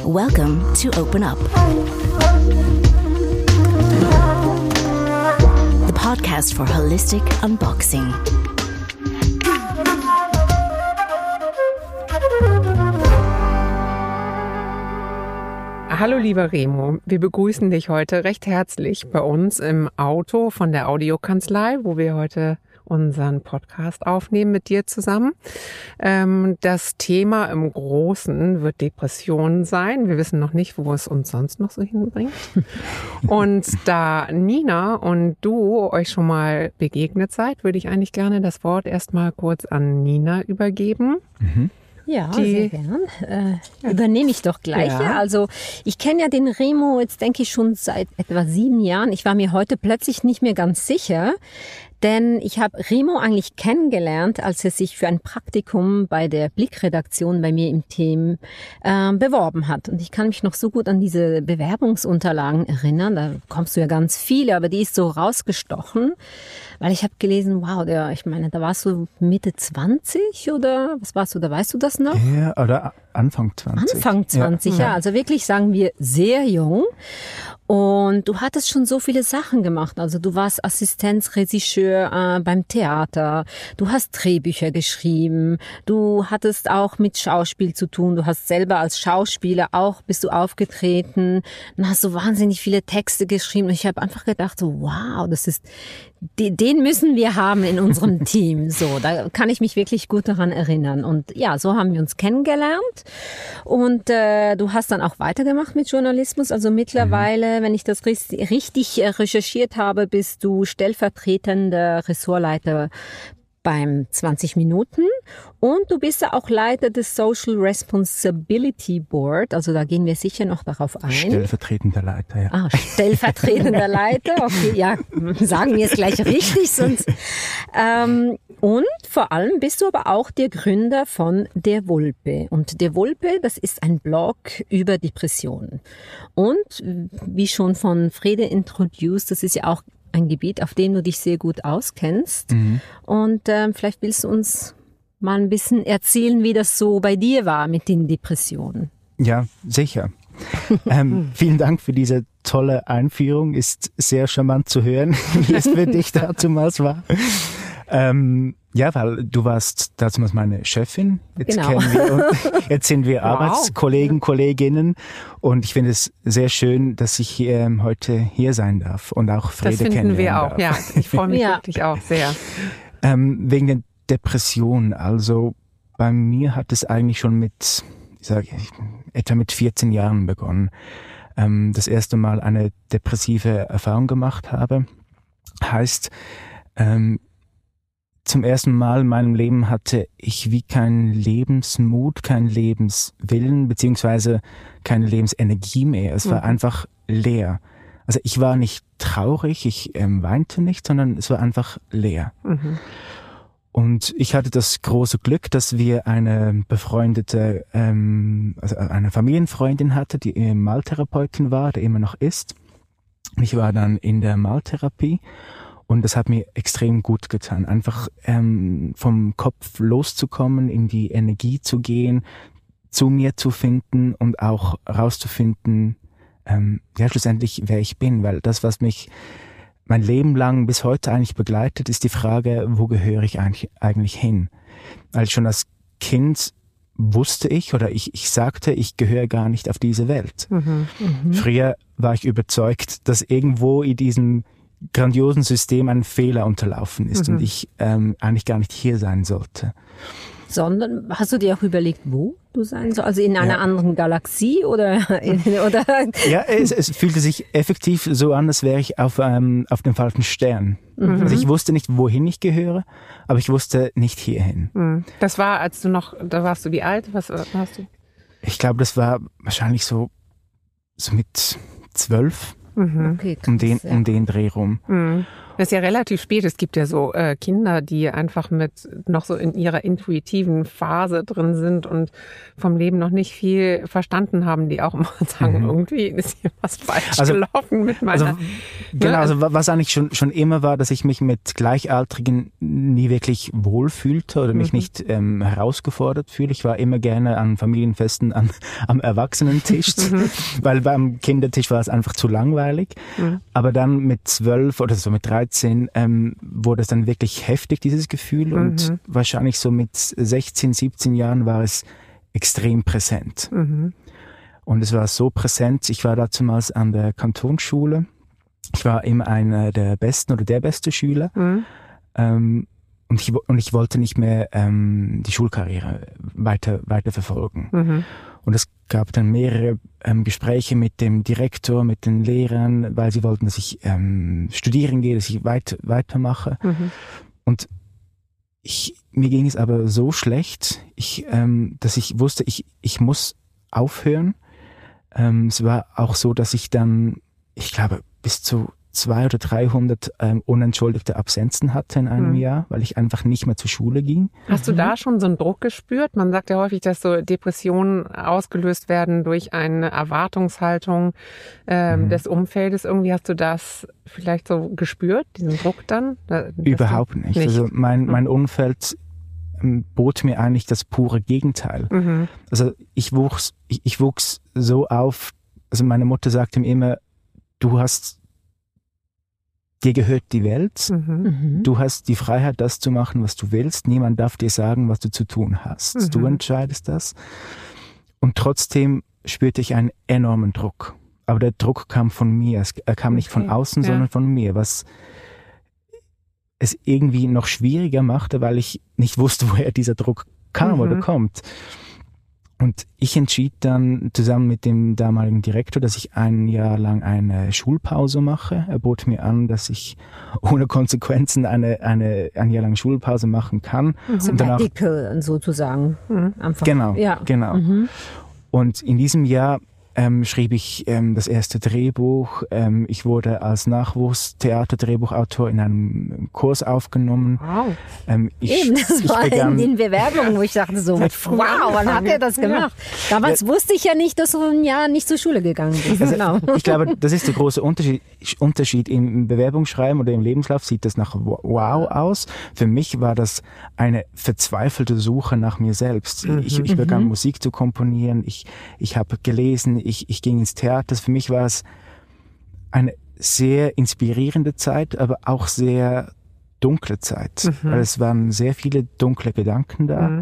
Welcome to Open Up, the podcast for holistic unboxing. Hallo lieber Remo, wir begrüßen dich heute recht herzlich bei uns im Auto von der Audiokanzlei, wo wir heute unseren Podcast aufnehmen mit dir zusammen. Das Thema im Großen wird Depressionen sein. Wir wissen noch nicht, wo es uns sonst noch so hinbringt. Und da Nina und du euch schon mal begegnet seid, würde ich eigentlich gerne das Wort erstmal kurz an Nina übergeben. Ja, sehr gern. Übernehme ich doch gleich. Ja. Also ich kenne ja den Remo jetzt, denke ich, schon seit etwa 7 Jahren. Ich war mir heute plötzlich nicht mehr ganz sicher, denn ich habe Remo eigentlich kennengelernt, als er sich für ein Praktikum bei der Blick-Redaktion bei mir im Team beworben hat. Und ich kann mich noch so gut an diese Bewerbungsunterlagen erinnern. Da kommst du ja ganz viele, aber die ist so rausgestochen, weil ich habe gelesen, wow, da warst du Mitte 20 oder was warst du, da weißt du das noch? Ja, oder Anfang 20. Anfang 20, ja. Also wirklich, sagen wir, sehr jung. Und du hattest schon so viele Sachen gemacht. Also du warst Assistenzregisseur beim Theater, du hast Drehbücher geschrieben, du hattest auch mit Schauspiel zu tun, du hast selber als Schauspieler auch, bist du aufgetreten, dann hast du wahnsinnig viele Texte geschrieben. Und ich habe einfach gedacht, so, wow, den müssen wir haben in unserem Team. So, da kann ich mich wirklich gut daran erinnern. Und ja, so haben wir uns kennengelernt. Und du hast dann auch weitergemacht mit Journalismus. Also mittlerweile, wenn ich das richtig recherchiert habe, bist du stellvertretender Ressortleiter beim 20 Minuten und du bist ja auch Leiter des Social Responsibility Board, also da gehen wir sicher noch darauf ein. Stellvertretender Leiter, ja. Stellvertretender Leiter, okay, ja, sagen wir es gleich richtig, sonst. Und vor allem bist du aber auch der Gründer von Der Vulpe. Und Der Vulpe, das ist ein Blog über Depressionen. Und wie schon von Frede introduced, das ist ja auch ein Gebiet, auf dem du dich sehr gut auskennst. Und vielleicht willst du uns mal ein bisschen erzählen, wie das so bei dir war mit den Depressionen. Ja, sicher. Vielen Dank für diese tolle Einführung. Ist sehr charmant zu hören, wie es für dich damals war. Ja, weil du warst damals meine Chefin. Jetzt kennen wir uns. Jetzt sind wir Arbeitskollegen, Kolleginnen. Und ich finde es sehr schön, dass ich heute hier sein darf und auch Frede kennenlernen darf. Das finden wir auch, darf. ja. Ich freue mich wirklich auch sehr. Wegen der Depression. Also bei mir hat es eigentlich schon etwa mit 14 Jahren begonnen. Das erste Mal eine depressive Erfahrung gemacht habe. Heißt, zum ersten Mal in meinem Leben hatte ich wie keinen Lebensmut, keinen Lebenswillen, beziehungsweise keine Lebensenergie mehr. Es war einfach leer. Also ich war nicht traurig, ich weinte nicht, sondern es war einfach leer. Und ich hatte das große Glück, dass wir eine befreundete, also eine Familienfreundin hatte, die Maltherapeutin war, der immer noch ist. Ich war dann in der Maltherapie. Und das hat mir extrem gut getan, einfach vom Kopf loszukommen, in die Energie zu gehen, zu mir zu finden und auch rauszufinden, schlussendlich wer ich bin. Weil das, was mich mein Leben lang bis heute eigentlich begleitet, ist die Frage, wo gehöre ich eigentlich hin? Weil schon als Kind wusste ich sagte, ich gehöre gar nicht auf diese Welt. Früher war ich überzeugt, dass irgendwo in diesem grandiosen System ein Fehler unterlaufen ist und ich eigentlich gar nicht hier sein sollte. Sondern, hast du dir auch überlegt, wo du sein sollst? Also in einer anderen Galaxie oder? Ja, es fühlte sich effektiv so an, als wäre ich auf dem falschen Stern. Also ich wusste nicht, wohin ich gehöre, aber ich wusste nicht hierhin. Das war, da warst du wie alt? Was warst du? Ich glaube, das war wahrscheinlich so mit 12. Okay, krass, um den Dreh rum. Das ist ja relativ spät. Es gibt ja so Kinder, die einfach noch so in ihrer intuitiven Phase drin sind und vom Leben noch nicht viel verstanden haben, die auch immer sagen, irgendwie ist hier was falsch gelaufen mit meiner... Also was eigentlich schon immer war, dass ich mich mit Gleichaltrigen nie wirklich wohlfühlte oder mich nicht herausgefordert fühle. Ich war immer gerne an Familienfesten am Erwachsenentisch, weil beim Kindertisch war es einfach zu langweilig. Aber dann mit 12 oder so mit 13 wurde es dann wirklich heftig, dieses Gefühl. Und wahrscheinlich so mit 16, 17 Jahren war es extrem präsent. Und es war so präsent, ich war damals an der Kantonsschule. Ich war immer einer der besten oder der beste Schüler. Und ich wollte nicht mehr die Schulkarriere weiter verfolgen. Und es gab dann mehrere Gespräche mit dem Direktor, mit den Lehrern, weil sie wollten, dass ich studieren gehe, dass ich weitermache. Und mir ging es aber so schlecht, dass ich wusste, ich muss aufhören. Es war auch so, dass ich dann, ich glaube, bis zu 200 oder 300 unentschuldigte Absenzen hatte in einem Jahr, weil ich einfach nicht mehr zur Schule ging. Hast du da schon so einen Druck gespürt? Man sagt ja häufig, dass so Depressionen ausgelöst werden durch eine Erwartungshaltung des Umfeldes. Irgendwie hast du das vielleicht so gespürt, diesen Druck dann? Überhaupt nicht. Also mein Umfeld bot mir eigentlich das pure Gegenteil. Also ich wuchs so auf, also meine Mutter sagte mir immer, dir gehört die Welt, du hast die Freiheit, das zu machen, was du willst, niemand darf dir sagen, was du zu tun hast, du entscheidest das. Und trotzdem spürte ich einen enormen Druck. Aber der Druck kam von mir, er kam nicht von außen, sondern von mir, was es irgendwie noch schwieriger machte, weil ich nicht wusste, woher dieser Druck kam oder kommt. Und ich entschied dann zusammen mit dem damaligen Direktor, dass ich ein Jahr lang eine Schulpause mache. Er bot mir an, dass ich ohne Konsequenzen ein Jahr lang Schulpause machen kann. Sabbatical sozusagen. Einfach. Genau. Und in diesem Jahr schrieb ich das erste Drehbuch. Ich wurde als Nachwuchstheater-Drehbuchautor in einem Kurs aufgenommen. Wow. Das war in den Bewerbungen, wo ich dachte so, wow, wann hat er das gemacht? Damals wusste ich ja nicht, dass du ein Jahr nicht zur Schule gegangen bist. Also, ich glaube, das ist der große Unterschied. Im Bewerbungsschreiben oder im Lebenslauf sieht das nach wow aus. Für mich war das eine verzweifelte Suche nach mir selbst. Ich begann Musik zu komponieren. Ich habe gelesen. Ich ging ins Theater. Für mich war es eine sehr inspirierende Zeit, aber auch sehr dunkle Zeit. Weil es waren sehr viele dunkle Gedanken da.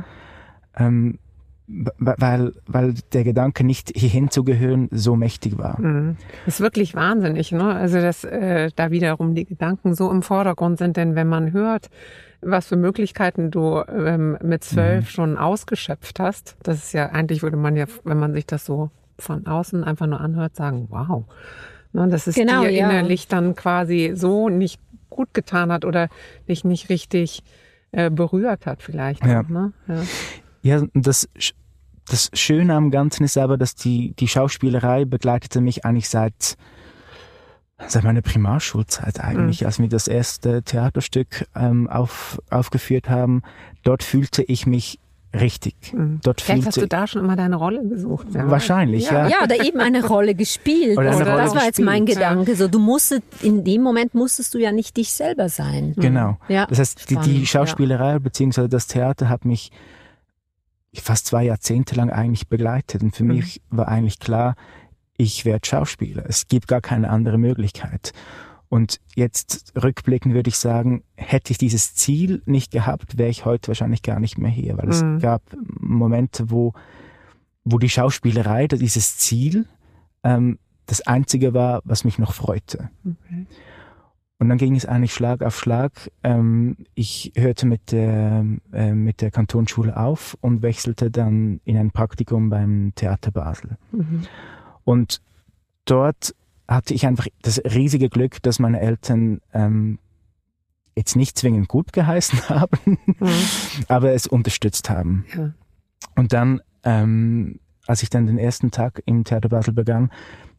Weil der Gedanke, nicht hierhin zu gehören, so mächtig war. Das ist wirklich wahnsinnig, ne? Also, dass da wiederum die Gedanken so im Vordergrund sind, denn wenn man hört, was für Möglichkeiten du mit 12 schon ausgeschöpft hast, das ist ja, eigentlich würde man ja, wenn man sich das so von außen einfach nur anhört, sagen, wow. Ne, dass es dir innerlich dann quasi so nicht gut getan hat oder dich nicht richtig berührt hat vielleicht. Ja, auch, ne? Ja, das Schöne am Ganzen ist aber, dass die Schauspielerei begleitete mich eigentlich seit meiner Primarschulzeit eigentlich, als wir das erste Theaterstück aufgeführt haben. Dort fühlte ich mich richtig. Vielleicht hast du da schon immer deine Rolle gesucht. Ja. Wahrscheinlich, ja. Ja, oder eben eine Rolle gespielt. Oder das war jetzt mein Gedanke. So, in dem Moment musstest du ja nicht dich selber sein. Genau. Ja, das heißt, die Schauspielerei bzw. das Theater hat mich fast 2 Jahrzehnte lang eigentlich begleitet. Und für mich war eigentlich klar, ich werde Schauspieler. Es gibt gar keine andere Möglichkeit. Und jetzt rückblickend würde ich sagen, hätte ich dieses Ziel nicht gehabt, wäre ich heute wahrscheinlich gar nicht mehr hier. Weil es gab Momente, wo die Schauspielerei, dieses Ziel, das Einzige war, was mich noch freute. Okay. Und dann ging es eigentlich Schlag auf Schlag. Ich hörte mit der Kantonsschule auf und wechselte dann in ein Praktikum beim Theater Basel. Und dort hatte ich einfach das riesige Glück, dass meine Eltern jetzt nicht zwingend gut geheißen haben, aber es unterstützt haben. Ja. Und dann, als ich dann den ersten Tag im Theater Basel begann,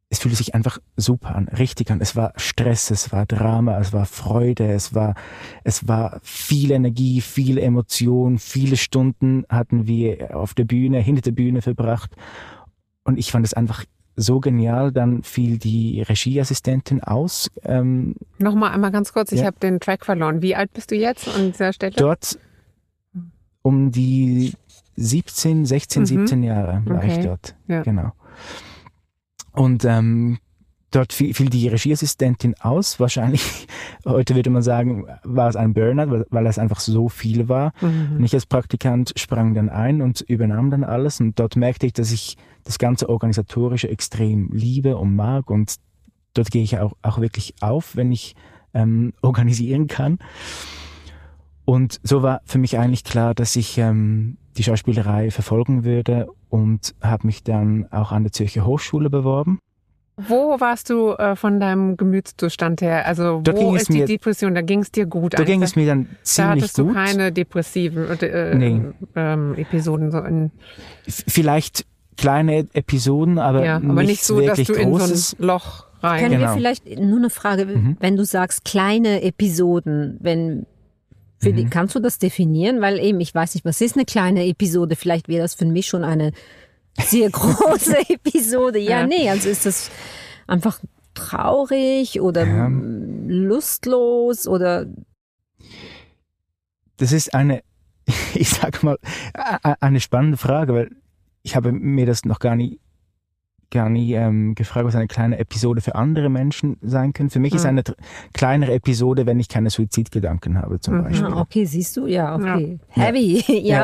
es fühlte sich einfach super an, richtig an. Es war Stress, es war Drama, es war Freude, es war viel Energie, viel Emotion, viele Stunden hatten wir auf der Bühne, hinter der Bühne verbracht. Und ich fand es einfach so genial. Dann fiel die Regieassistentin aus. Nochmal einmal ganz kurz, ich habe den Track verloren. Wie alt bist du jetzt an dieser Stelle? Dort um die 17 Jahre war ich dort. Ja. Genau. Und dort fiel die Regieassistentin aus. Wahrscheinlich, heute würde man sagen, war es ein Burnout, weil es einfach so viel war. Und ich als Praktikant sprang dann ein und übernahm dann alles. Und dort merkte ich, dass ich das ganze Organisatorische extrem liebe und mag. Und dort gehe ich auch wirklich auf, wenn ich organisieren kann. Und so war für mich eigentlich klar, dass ich die Schauspielerei verfolgen würde und habe mich dann auch an der Zürcher Hochschule beworben. Wo warst du von deinem Gemütszustand her? Also wo ist die Depression? Da ging es dir gut? Da ging es mir dann ziemlich gut. Da hattest du keine depressiven Episoden? So vielleicht kleine Episoden, aber nicht so, wirklich dass du großes. In so ein Loch rein. Können wir vielleicht, nur eine Frage, wenn du sagst kleine Episoden, kannst du das definieren? Weil eben, ich weiß nicht, was ist eine kleine Episode? Vielleicht wäre das für mich schon eine sehr große Episode. Also ist das einfach traurig oder lustlos oder? Das ist ich sag mal, eine spannende Frage, weil ich habe mir das noch gar nie gefragt, was eine kleine Episode für andere Menschen sein kann. Für mich ist eine kleinere Episode, wenn ich keine Suizidgedanken habe, zum Beispiel. Okay, siehst du? Ja, okay. Ja. Heavy, ja.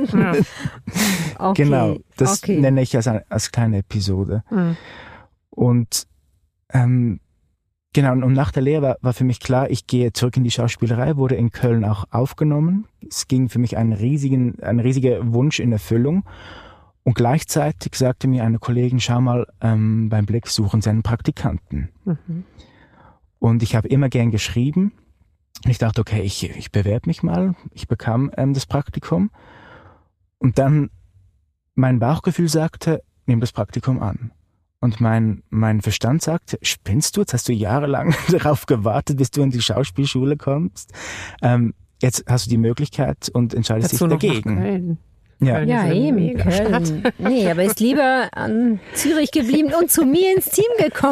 Okay. Genau, das nenne ich als kleine Episode. Und genau, und nach der Lehre war für mich klar, ich gehe zurück in die Schauspielerei, wurde in Köln auch aufgenommen. Es ging für mich ein riesiger Wunsch in Erfüllung. Und gleichzeitig sagte mir eine Kollegin, schau mal, beim Blick suchen sie einen Praktikanten. Und ich habe immer gern geschrieben. Und ich dachte, okay, ich bewerbe mich mal. Ich bekam das Praktikum. Und dann mein Bauchgefühl sagte, nimm das Praktikum an. Und mein Verstand sagte, spinnst du? Jetzt hast du jahrelang darauf gewartet, bis du in die Schauspielschule kommst. Jetzt hast du die Möglichkeit und entscheidest dich dagegen. Ja, eben, Köln. Nee, aber ist lieber an Zürich geblieben und zu mir ins Team gekommen.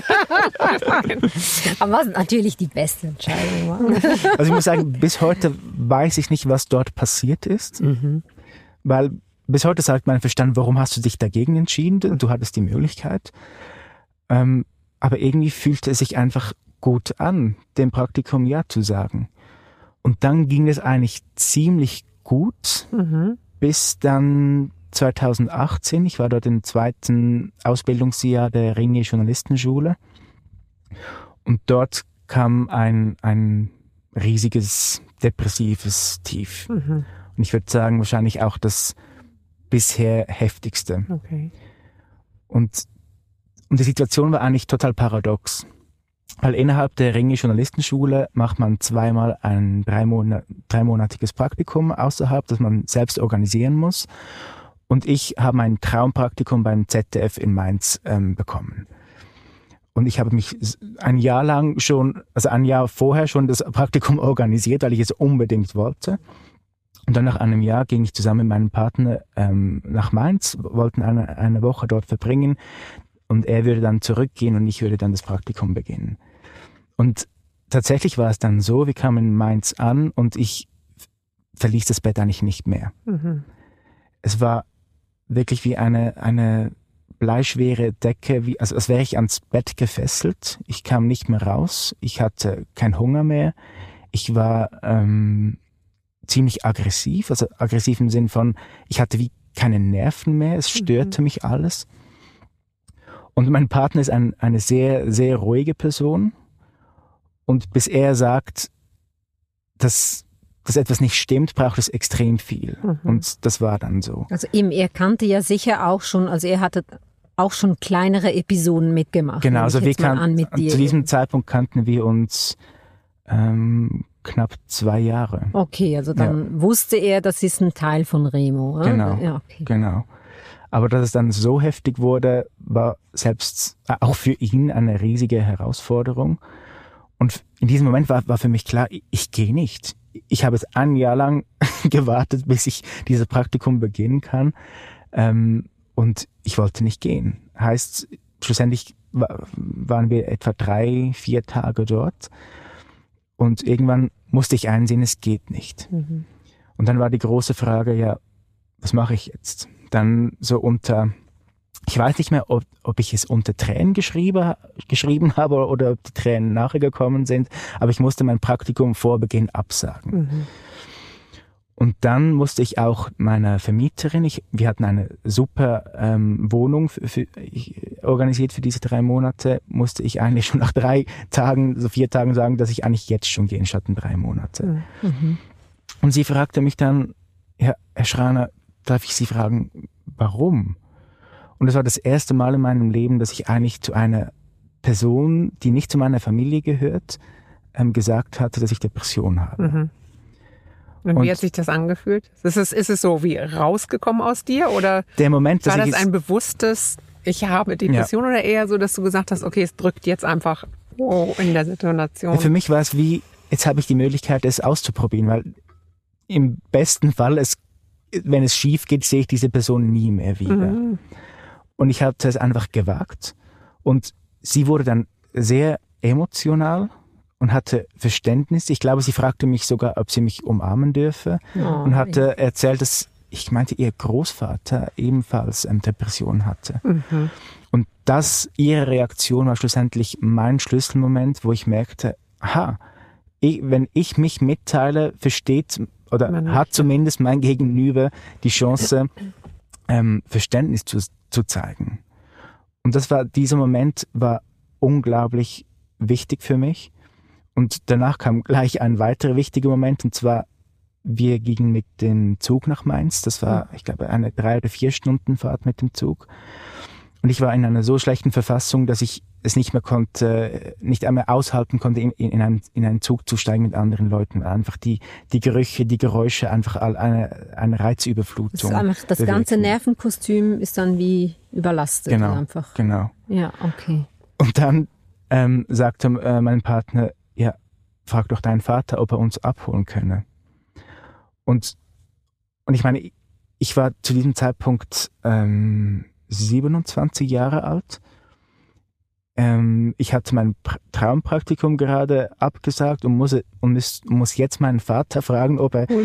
Aber was natürlich die beste Entscheidung war. Also ich muss sagen, bis heute weiß ich nicht, was dort passiert ist. Weil bis heute sagt mein Verstand, warum hast du dich dagegen entschieden? Du hattest die Möglichkeit. Aber irgendwie fühlte es sich einfach gut an, dem Praktikum Ja zu sagen. Und dann ging es eigentlich ziemlich gut. Bis dann 2018, ich war dort im 2. Ausbildungsjahr der Ringe Journalistenschule und dort kam ein riesiges depressives Tief. Und ich würde sagen, wahrscheinlich auch das bisher heftigste. Okay. Und die Situation war eigentlich total paradox. Weil innerhalb der Ringe Journalistenschule macht man zweimal ein dreimonatiges Praktikum außerhalb, das man selbst organisieren muss. Und ich habe mein Traumpraktikum beim ZDF in Mainz bekommen. Und ich habe mich ein Jahr vorher schon das Praktikum organisiert, weil ich es unbedingt wollte. Und dann nach einem Jahr ging ich zusammen mit meinem Partner nach Mainz, wollten eine Woche dort verbringen. Und er würde dann zurückgehen und ich würde dann das Praktikum beginnen. Und tatsächlich war es dann so, wir kamen in Mainz an und ich verließ das Bett eigentlich nicht mehr. Es war wirklich wie eine bleischwere Decke, als wäre ich ans Bett gefesselt. Ich kam nicht mehr raus, ich hatte keinen Hunger mehr. Ich war ziemlich aggressiv, also aggressiv im Sinn von, ich hatte wie keine Nerven mehr, es störte mich alles. Und mein Partner ist eine sehr, sehr ruhige Person. Und bis er sagt, dass etwas nicht stimmt, braucht es extrem viel. Und das war dann so. Also er kannte ja sicher auch schon, also er hatte auch schon kleinere Episoden mitgemacht. Genau, also zu diesem Zeitpunkt kannten wir uns knapp 2 Jahre. Okay, also dann wusste er, das ist ein Teil von Remo. Oder? Genau, ja, okay. Genau. Aber dass es dann so heftig wurde, war selbst auch für ihn eine riesige Herausforderung. Und in diesem Moment war für mich klar, ich gehe nicht. Ich habe jetzt 1 Jahr lang gewartet, bis ich dieses Praktikum beginnen kann. Und ich wollte nicht gehen. Heißt, schlussendlich waren wir etwa 3-4 Tage dort. Und irgendwann musste ich einsehen, es geht nicht. Mhm. Und dann war die große Frage, ja, was mache ich jetzt? Dann so ich weiß nicht mehr, ob ich es unter Tränen geschrieben habe oder ob die Tränen nachher gekommen sind, aber ich musste mein Praktikum vor Beginn absagen. Mhm. Und dann musste ich auch meiner Vermieterin, wir hatten eine super Wohnung organisiert für diese 3 Monate, musste ich eigentlich schon nach 4 Tagen sagen, dass ich eigentlich jetzt schon gehe, statt in 3 Monate. Mhm. Und sie fragte mich dann, Herr Schraner, darf ich Sie fragen, warum? Und das war das erste Mal in meinem Leben, dass ich eigentlich zu einer Person, die nicht zu meiner Familie gehört, gesagt hatte, dass ich Depression habe. Mhm. Und wie hat sich das angefühlt? Ist es so wie rausgekommen aus dir? Oder der Moment, war das ein bewusstes, ich habe Depression, oder eher so, dass du gesagt hast, okay, es drückt jetzt einfach in der Situation? Für mich war es wie, jetzt habe ich die Möglichkeit, es auszuprobieren, weil im besten Fall, wenn es schief geht, sehe ich diese Person nie mehr wieder. Mhm. Und ich hatte es einfach gewagt. Und sie wurde dann sehr emotional und hatte Verständnis. Ich glaube, sie fragte mich sogar, ob sie mich umarmen dürfe. Und hatte erzählt, dass ihr Großvater ebenfalls Depression hatte. Mhm. Und ihre Reaktion war schlussendlich mein Schlüsselmoment, wo ich merkte, wenn ich mich mitteile, versteht oder hat zumindest mein Gegenüber die Chance, Verständnis zu zeigen. Und dieser Moment war unglaublich wichtig für mich. Und danach kam gleich ein weiterer wichtiger Moment, und zwar, wir gingen mit dem Zug nach Mainz. Das war, ich glaube, eine 3 oder 4 Stunden Fahrt mit dem Zug. Und ich war in einer so schlechten Verfassung, dass ich es nicht einmal aushalten konnte, in einen Zug zu steigen mit anderen Leuten. Einfach die Gerüche, die Geräusche, einfach eine Reizüberflutung. Das ganze Nervenkostüm ist dann wie überlastet. Genau, einfach. Genau. Ja, okay. Und dann sagte mein Partner, ja, frag doch deinen Vater, ob er uns abholen könne. Und ich meine, ich war zu diesem Zeitpunkt 27 Jahre alt. Ich hatte mein Traumpraktikum gerade abgesagt und muss jetzt meinen Vater fragen, ob er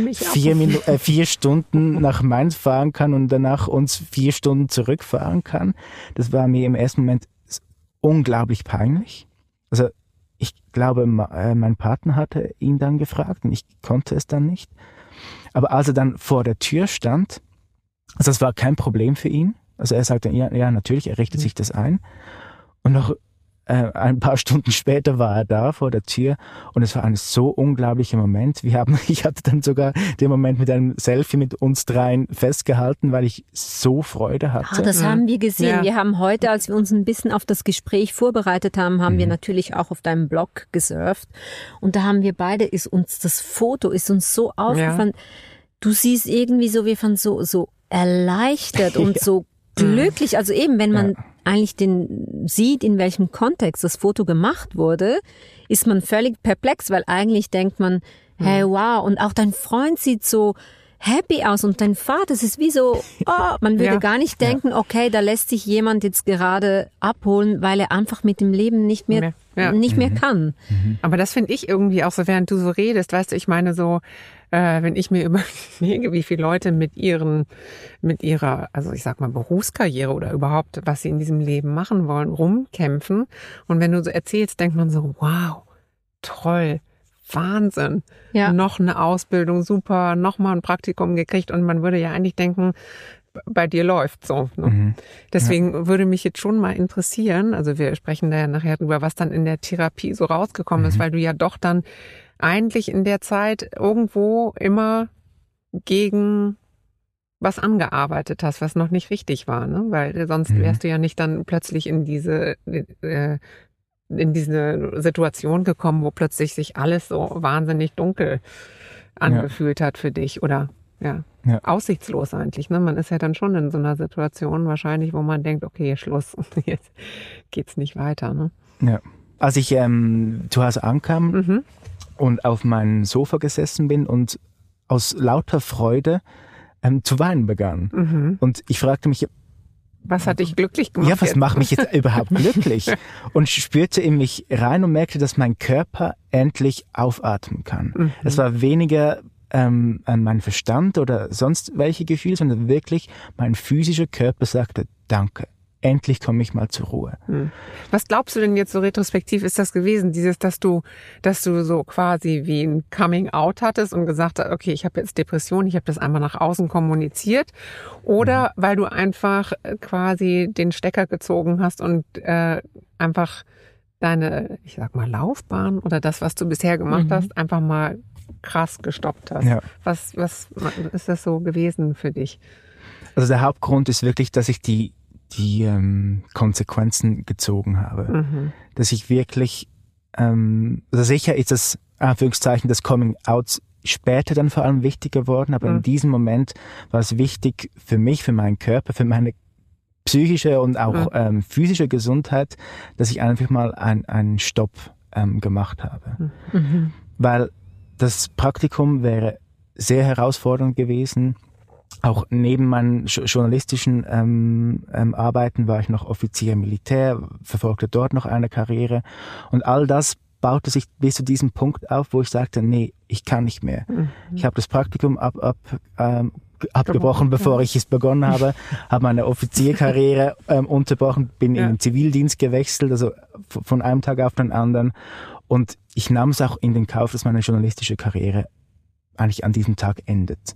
4 Stunden nach Mainz fahren kann und danach uns 4 Stunden zurückfahren kann. Das war mir im ersten Moment unglaublich peinlich. Also ich glaube, mein Partner hatte ihn dann gefragt und ich konnte es dann nicht. Aber als er dann vor der Tür stand, also das war kein Problem für ihn. Also er sagte, ja, natürlich, er richtet sich das ein. Und noch ein paar Stunden später war er da vor der Tür und es war ein so unglaublicher Moment. Ich hatte dann sogar den Moment mit einem Selfie mit uns dreien festgehalten, weil ich so Freude hatte. Das haben wir gesehen. Ja. Wir haben heute, als wir uns ein bisschen auf das Gespräch vorbereitet haben wir natürlich auch auf deinem Blog gesurft. Und da haben wir beide, das Foto ist uns so aufgefallen. Ja. Du siehst irgendwie so, wir fanden so erleichtert und so glücklich. Also eben, wenn man eigentlich sieht, in welchem Kontext das Foto gemacht wurde, ist man völlig perplex, weil eigentlich denkt man, hey, wow, und auch dein Freund sieht so happy aus und dein Vater, das ist wie so, man würde gar nicht denken, okay, da lässt sich jemand jetzt gerade abholen, weil er einfach mit dem Leben nicht mehr kann. Aber das finde ich irgendwie auch so, während du so redest, weißt du, ich meine so, wenn ich mir überlege, wie viele Leute mit ihrer, also ich sag mal Berufskarriere oder überhaupt, was sie in diesem Leben machen wollen, rumkämpfen. Und wenn du so erzählst, denkt man so, wow, toll, Wahnsinn. Ja. Noch eine Ausbildung, super, noch mal ein Praktikum gekriegt. Und man würde ja eigentlich denken, bei dir läuft so. Ne? Deswegen würde mich jetzt schon mal interessieren, also wir sprechen da ja nachher drüber, was dann in der Therapie so rausgekommen ist, weil du ja doch dann eigentlich in der Zeit irgendwo immer gegen was angearbeitet hast, was noch nicht richtig war, ne? Weil sonst wärst du ja nicht dann plötzlich in diese Situation gekommen, wo plötzlich sich alles so wahnsinnig dunkel angefühlt hat für dich, oder? Ja. aussichtslos eigentlich. Ne? Man ist ja dann schon in so einer Situation wahrscheinlich, wo man denkt, okay, Schluss, jetzt geht's nicht weiter. Ne? Ja. Als ich zu Hause ankam und auf mein Sofa gesessen bin und aus lauter Freude zu weinen begann. Und ich fragte mich, was hat dich glücklich gemacht? Ja, was macht mich jetzt überhaupt glücklich? Und spürte in mich rein und merkte, dass mein Körper endlich aufatmen kann. Es war weniger mein Verstand oder sonst welche Gefühle, sondern wirklich mein physischer Körper sagte, danke. Endlich komme ich mal zur Ruhe. Was glaubst du denn jetzt so retrospektiv ist das gewesen? Dieses, dass du so quasi wie ein Coming Out hattest und gesagt hast, okay, ich habe jetzt Depression, ich habe das einmal nach außen kommuniziert. Oder weil du einfach quasi den Stecker gezogen hast und einfach deine, ich sag mal, Laufbahn oder das, was du bisher gemacht hast, einfach mal krass gestoppt hast. Ja. Was ist das so gewesen für dich? Also der Hauptgrund ist wirklich, dass ich die Konsequenzen gezogen habe. Dass ich wirklich, also sicher ist das, Anführungszeichen, das Coming Out später dann vor allem wichtig geworden, aber in diesem Moment war es wichtig für mich, für meinen Körper, für meine psychische und auch physische Gesundheit, dass ich einfach mal einen Stopp gemacht habe. Weil das Praktikum wäre sehr herausfordernd gewesen. Auch neben meinen journalistischen Arbeiten war ich noch Offizier im Militär, verfolgte dort noch eine Karriere. Und all das baute sich bis zu diesem Punkt auf, wo ich sagte, nee, ich kann nicht mehr. Ich habe das Praktikum abgebrochen, bevor ich es begonnen habe, habe meine Offizierkarriere unterbrochen, bin in den Zivildienst gewechselt, also von einem Tag auf den anderen. Und ich nahm es auch in den Kauf, dass meine journalistische Karriere eigentlich an diesem Tag endet.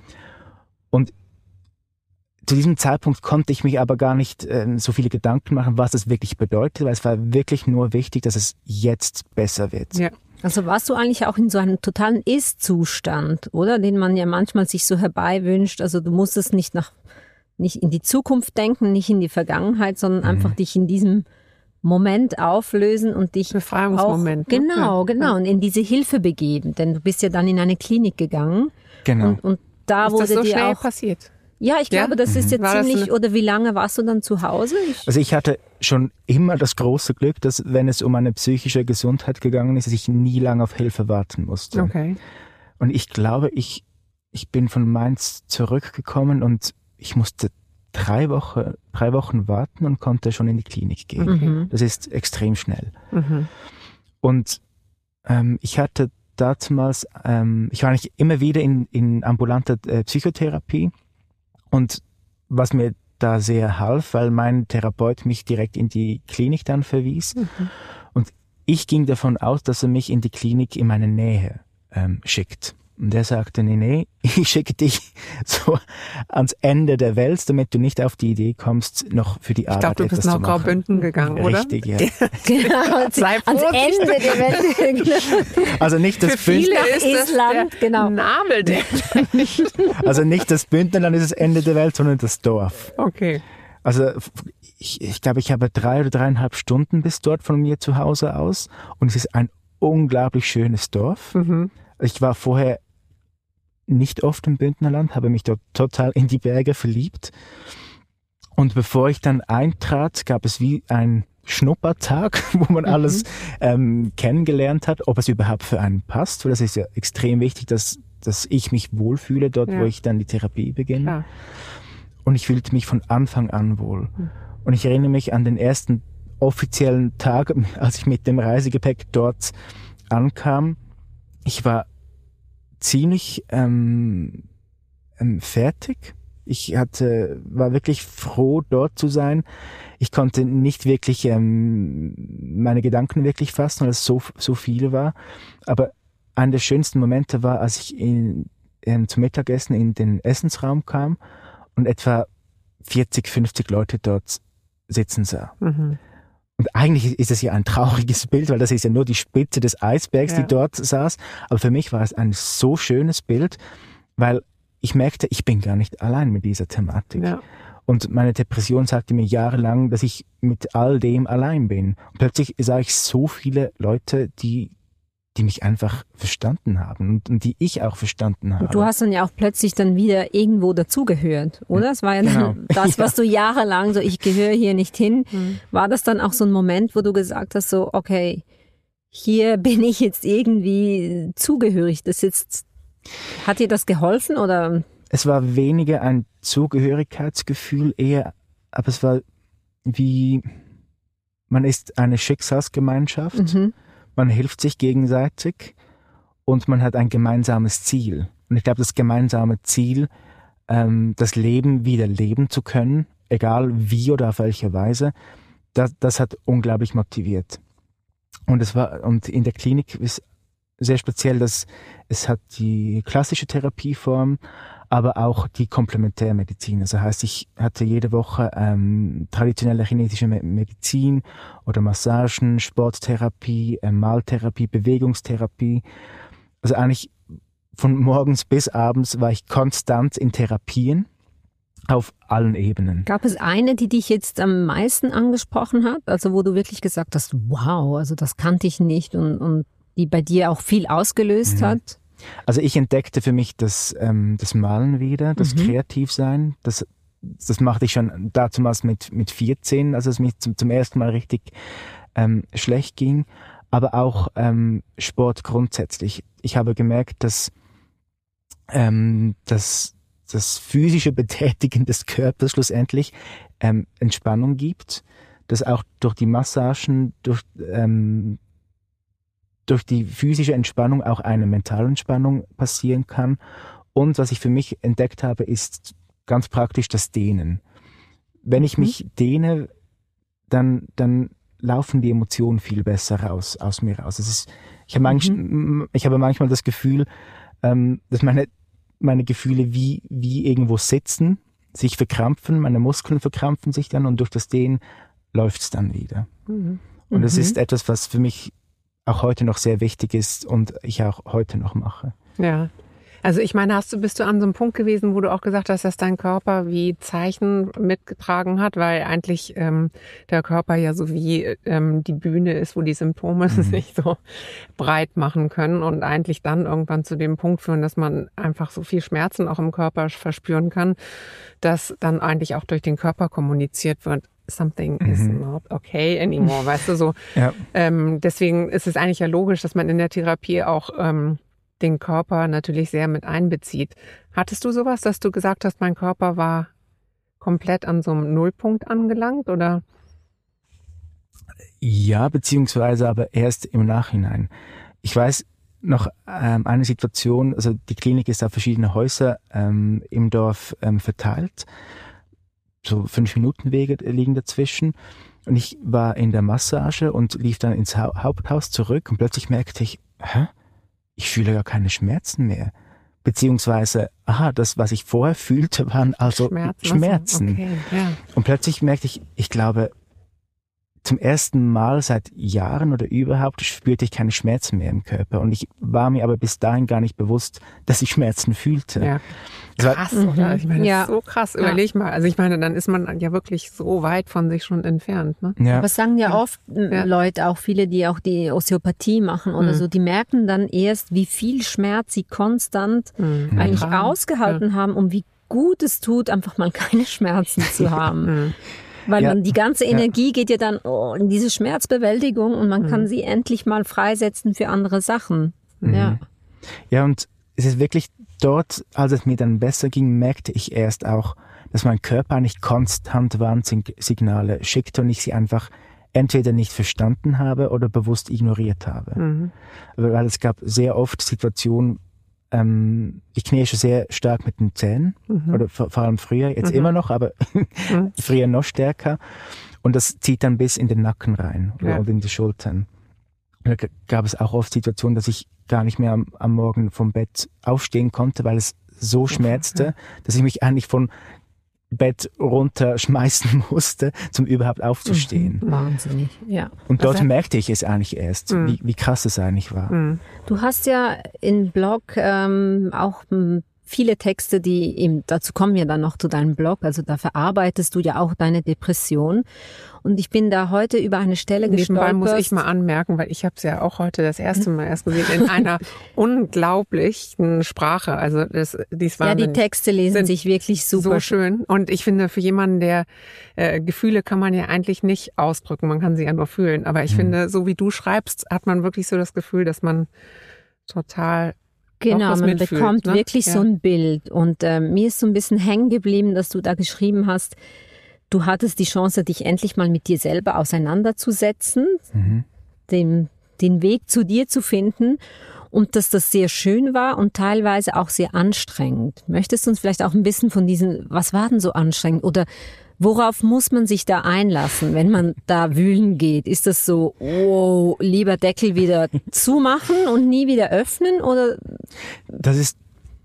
Und zu diesem Zeitpunkt konnte ich mich aber gar nicht so viele Gedanken machen, was es wirklich bedeutet, weil es war wirklich nur wichtig, dass es jetzt besser wird. Ja. Also warst du eigentlich auch in so einem totalen Ist-Zustand, oder? Den man ja manchmal sich so herbeiwünscht. Also du musstest nicht in die Zukunft denken, nicht in die Vergangenheit, sondern einfach dich in diesem Moment auflösen und dich Befreiungsmoment. Genau. Und in diese Hilfe begeben. Denn du bist ja dann in eine Klinik gegangen. Genau. Und da wurde ist das so dir schnell auch passiert? Ja, ich glaube, das ist jetzt ziemlich, oder wie lange warst du dann zu Hause? Also ich hatte schon immer das große Glück, dass wenn es um meine psychische Gesundheit gegangen ist, dass ich nie lange auf Hilfe warten musste. Okay. Und ich glaube, ich bin von Mainz zurückgekommen und ich musste 3 Wochen warten und konnte schon in die Klinik gehen. Das ist extrem schnell. Und ich hatte damals, ich war eigentlich immer wieder in ambulanter Psychotherapie. Und was mir da sehr half, weil mein Therapeut mich direkt in die Klinik dann verwies. Und ich ging davon aus, dass er mich in die Klinik in meine Nähe schickt. Und er sagte, nee, ich schicke dich so ans Ende der Welt, damit du nicht auf die Idee kommst, noch für die Arbeit etwas zu machen. Ich glaube, du bist nach Graubünden gegangen, oder? Richtig, ja. Genau, ans Ende der Welt. Also nicht das Bündnerland, genau. Nabel der Also nicht das Bündnerland ist das Ende der Welt, sondern das Dorf. Okay. Also ich glaube, ich habe 3 oder 3,5 Stunden bis dort von mir zu Hause aus. Und es ist ein unglaublich schönes Dorf. Ich war vorher nicht oft im Bündnerland, habe mich dort total in die Berge verliebt. Und bevor ich dann eintrat, gab es wie ein Schnuppertag, wo man alles kennengelernt hat, ob es überhaupt für einen passt. Weil das ist ja extrem wichtig, dass ich mich wohlfühle dort, wo ich dann die Therapie beginne. Klar. Und ich fühlte mich von Anfang an wohl. Und ich erinnere mich an den ersten offiziellen Tag, als ich mit dem Reisegepäck dort ankam. Ich war ziemlich fertig. Ich war wirklich froh, dort zu sein. Ich konnte nicht wirklich meine Gedanken wirklich fassen, weil es so viel war. Aber einer der schönsten Momente war, als ich zum Mittagessen in den Essensraum kam und etwa 40, 50 Leute dort sitzen sah. Und eigentlich ist es ja ein trauriges Bild, weil das ist ja nur die Spitze des Eisbergs, die dort saß. Aber für mich war es ein so schönes Bild, weil ich merkte, ich bin gar nicht allein mit dieser Thematik. Ja. Und meine Depression sagte mir jahrelang, dass ich mit all dem allein bin. Und plötzlich sah ich so viele Leute, die die mich einfach verstanden haben und die ich auch verstanden habe. Und du hast dann ja auch plötzlich dann wieder irgendwo dazugehört, oder? Es war ja dann das, was du jahrelang so, ich gehöre hier nicht hin. War das dann auch so ein Moment, wo du gesagt hast, so, okay, hier bin ich jetzt irgendwie zugehörig. Hat dir das geholfen oder? Es war weniger ein Zugehörigkeitsgefühl, eher, aber es war wie, man ist eine Schicksalsgemeinschaft. Man hilft sich gegenseitig und man hat ein gemeinsames Ziel. Und ich glaube, das gemeinsame Ziel, das Leben wieder leben zu können, egal wie oder auf welche Weise, das hat unglaublich motiviert. Und in der Klinik ist sehr speziell, dass es hat die klassische Therapieform, aber auch die Komplementärmedizin. Also heißt, ich hatte jede Woche traditionelle chinesische Medizin oder Massagen, Sporttherapie, Maltherapie, Bewegungstherapie. Also eigentlich von morgens bis abends war ich konstant in Therapien auf allen Ebenen. Gab es eine, die dich jetzt am meisten angesprochen hat? Also wo du wirklich gesagt hast, wow, also das kannte ich nicht und die bei dir auch viel ausgelöst hat? Also ich entdeckte für mich das Malen wieder, das Kreativsein. Das machte ich schon damals mit 14, als es mir zum ersten Mal richtig schlecht ging. Aber auch Sport grundsätzlich. Ich habe gemerkt, dass das physische Betätigen des Körpers schlussendlich Entspannung gibt. Dass auch durch die Massagen, durch die physische Entspannung auch eine mentale Entspannung passieren kann. Und was ich für mich entdeckt habe, ist ganz praktisch das Dehnen. Wenn ich mich dehne, dann laufen die Emotionen viel besser aus mir raus. Ich habe manchmal das Gefühl, dass meine Gefühle wie irgendwo sitzen, sich verkrampfen, meine Muskeln verkrampfen sich dann und durch das Dehnen läuft es dann wieder. Und das ist etwas, was für mich auch heute noch sehr wichtig ist und ich auch heute noch mache. Ja, also ich meine, bist du an so einem Punkt gewesen, wo du auch gesagt hast, dass dein Körper wie Zeichen mitgetragen hat, weil eigentlich der Körper ja so wie die Bühne ist, wo die Symptome sich so breit machen können und eigentlich dann irgendwann zu dem Punkt führen, dass man einfach so viel Schmerzen auch im Körper verspüren kann, dass dann eigentlich auch durch den Körper kommuniziert wird, something is not okay anymore, weißt du, so. Ja. Deswegen ist es eigentlich ja logisch, dass man in der Therapie auch den Körper natürlich sehr mit einbezieht. Hattest du sowas, dass du gesagt hast, mein Körper war komplett an so einem Nullpunkt angelangt, oder? Ja, beziehungsweise aber erst im Nachhinein. Ich weiß noch eine Situation, also die Klinik ist auf verschiedene Häuser im Dorf verteilt. So 5 Minuten Wege liegen dazwischen. Und ich war in der Massage und lief dann ins Haupthaus zurück und plötzlich merkte ich, ich fühle gar keine Schmerzen mehr. Beziehungsweise, das, was ich vorher fühlte, waren also Schmerzen. Okay, ja. Und plötzlich merkte ich glaube, zum ersten Mal seit Jahren oder überhaupt spürte ich keine Schmerzen mehr im Körper. Und ich war mir aber bis dahin gar nicht bewusst, dass ich Schmerzen fühlte. Ja. Krass, oder? Ich meine, das ist so krass. Überleg mal. Also ich meine, dann ist man ja wirklich so weit von sich schon entfernt. Ne? Ja. Aber es sagen ja oft Leute, auch viele, die auch die Osteopathie machen oder so, die merken dann erst, wie viel Schmerz sie konstant eigentlich ausgehalten haben und wie gut es tut, einfach mal keine Schmerzen zu haben. Weil dann die ganze Energie geht ja dann in diese Schmerzbewältigung und man kann sie endlich mal freisetzen für andere Sachen. Ja, und es ist wirklich dort, als es mir dann besser ging, merkte ich erst auch, dass mein Körper eigentlich konstant Warnsignale schickt und ich sie einfach entweder nicht verstanden habe oder bewusst ignoriert habe. Weil es gab sehr oft Situationen, ich knirsche sehr stark mit den Zähnen, oder vor allem früher, jetzt immer noch, aber früher noch stärker. Und das zieht dann bis in den Nacken rein oder in die Schultern. Und da gab es auch oft Situationen, dass ich gar nicht mehr am Morgen vom Bett aufstehen konnte, weil es so schmerzte, dass ich mich eigentlich von Bett runterschmeißen musste, zum überhaupt aufzustehen. Wahnsinnig, ja. Und dort merkte ich es eigentlich erst, wie krass es eigentlich war. Du hast ja im Blog auch viele Texte, die eben, dazu kommen wir dann noch zu deinem Blog, also da verarbeitest du ja auch deine Depression. Und ich bin da heute über eine Stelle gestolpert. Nebenbei muss ich mal anmerken, weil ich habe es ja auch heute das erste Mal erst gesehen, in einer unglaublichen Sprache. Also dies war die Texte lesen sich wirklich super so schön. Und ich finde, für jemanden, der Gefühle kann man ja eigentlich nicht ausdrücken, man kann sie ja nur fühlen. Aber ich finde, so wie du schreibst, hat man wirklich so das Gefühl, dass man total genau, man mitfühlt, bekommt ne? wirklich so ein Bild. Und mir ist so ein bisschen hängen geblieben, dass du da geschrieben hast, du hattest die Chance, dich endlich mal mit dir selber auseinanderzusetzen, den Weg zu dir zu finden und dass das sehr schön war und teilweise auch sehr anstrengend. Möchtest du uns vielleicht auch ein bisschen von was war denn so anstrengend oder worauf muss man sich da einlassen, wenn man da wühlen geht? Ist das so, oh, lieber Deckel wieder zumachen und nie wieder öffnen oder? Das ist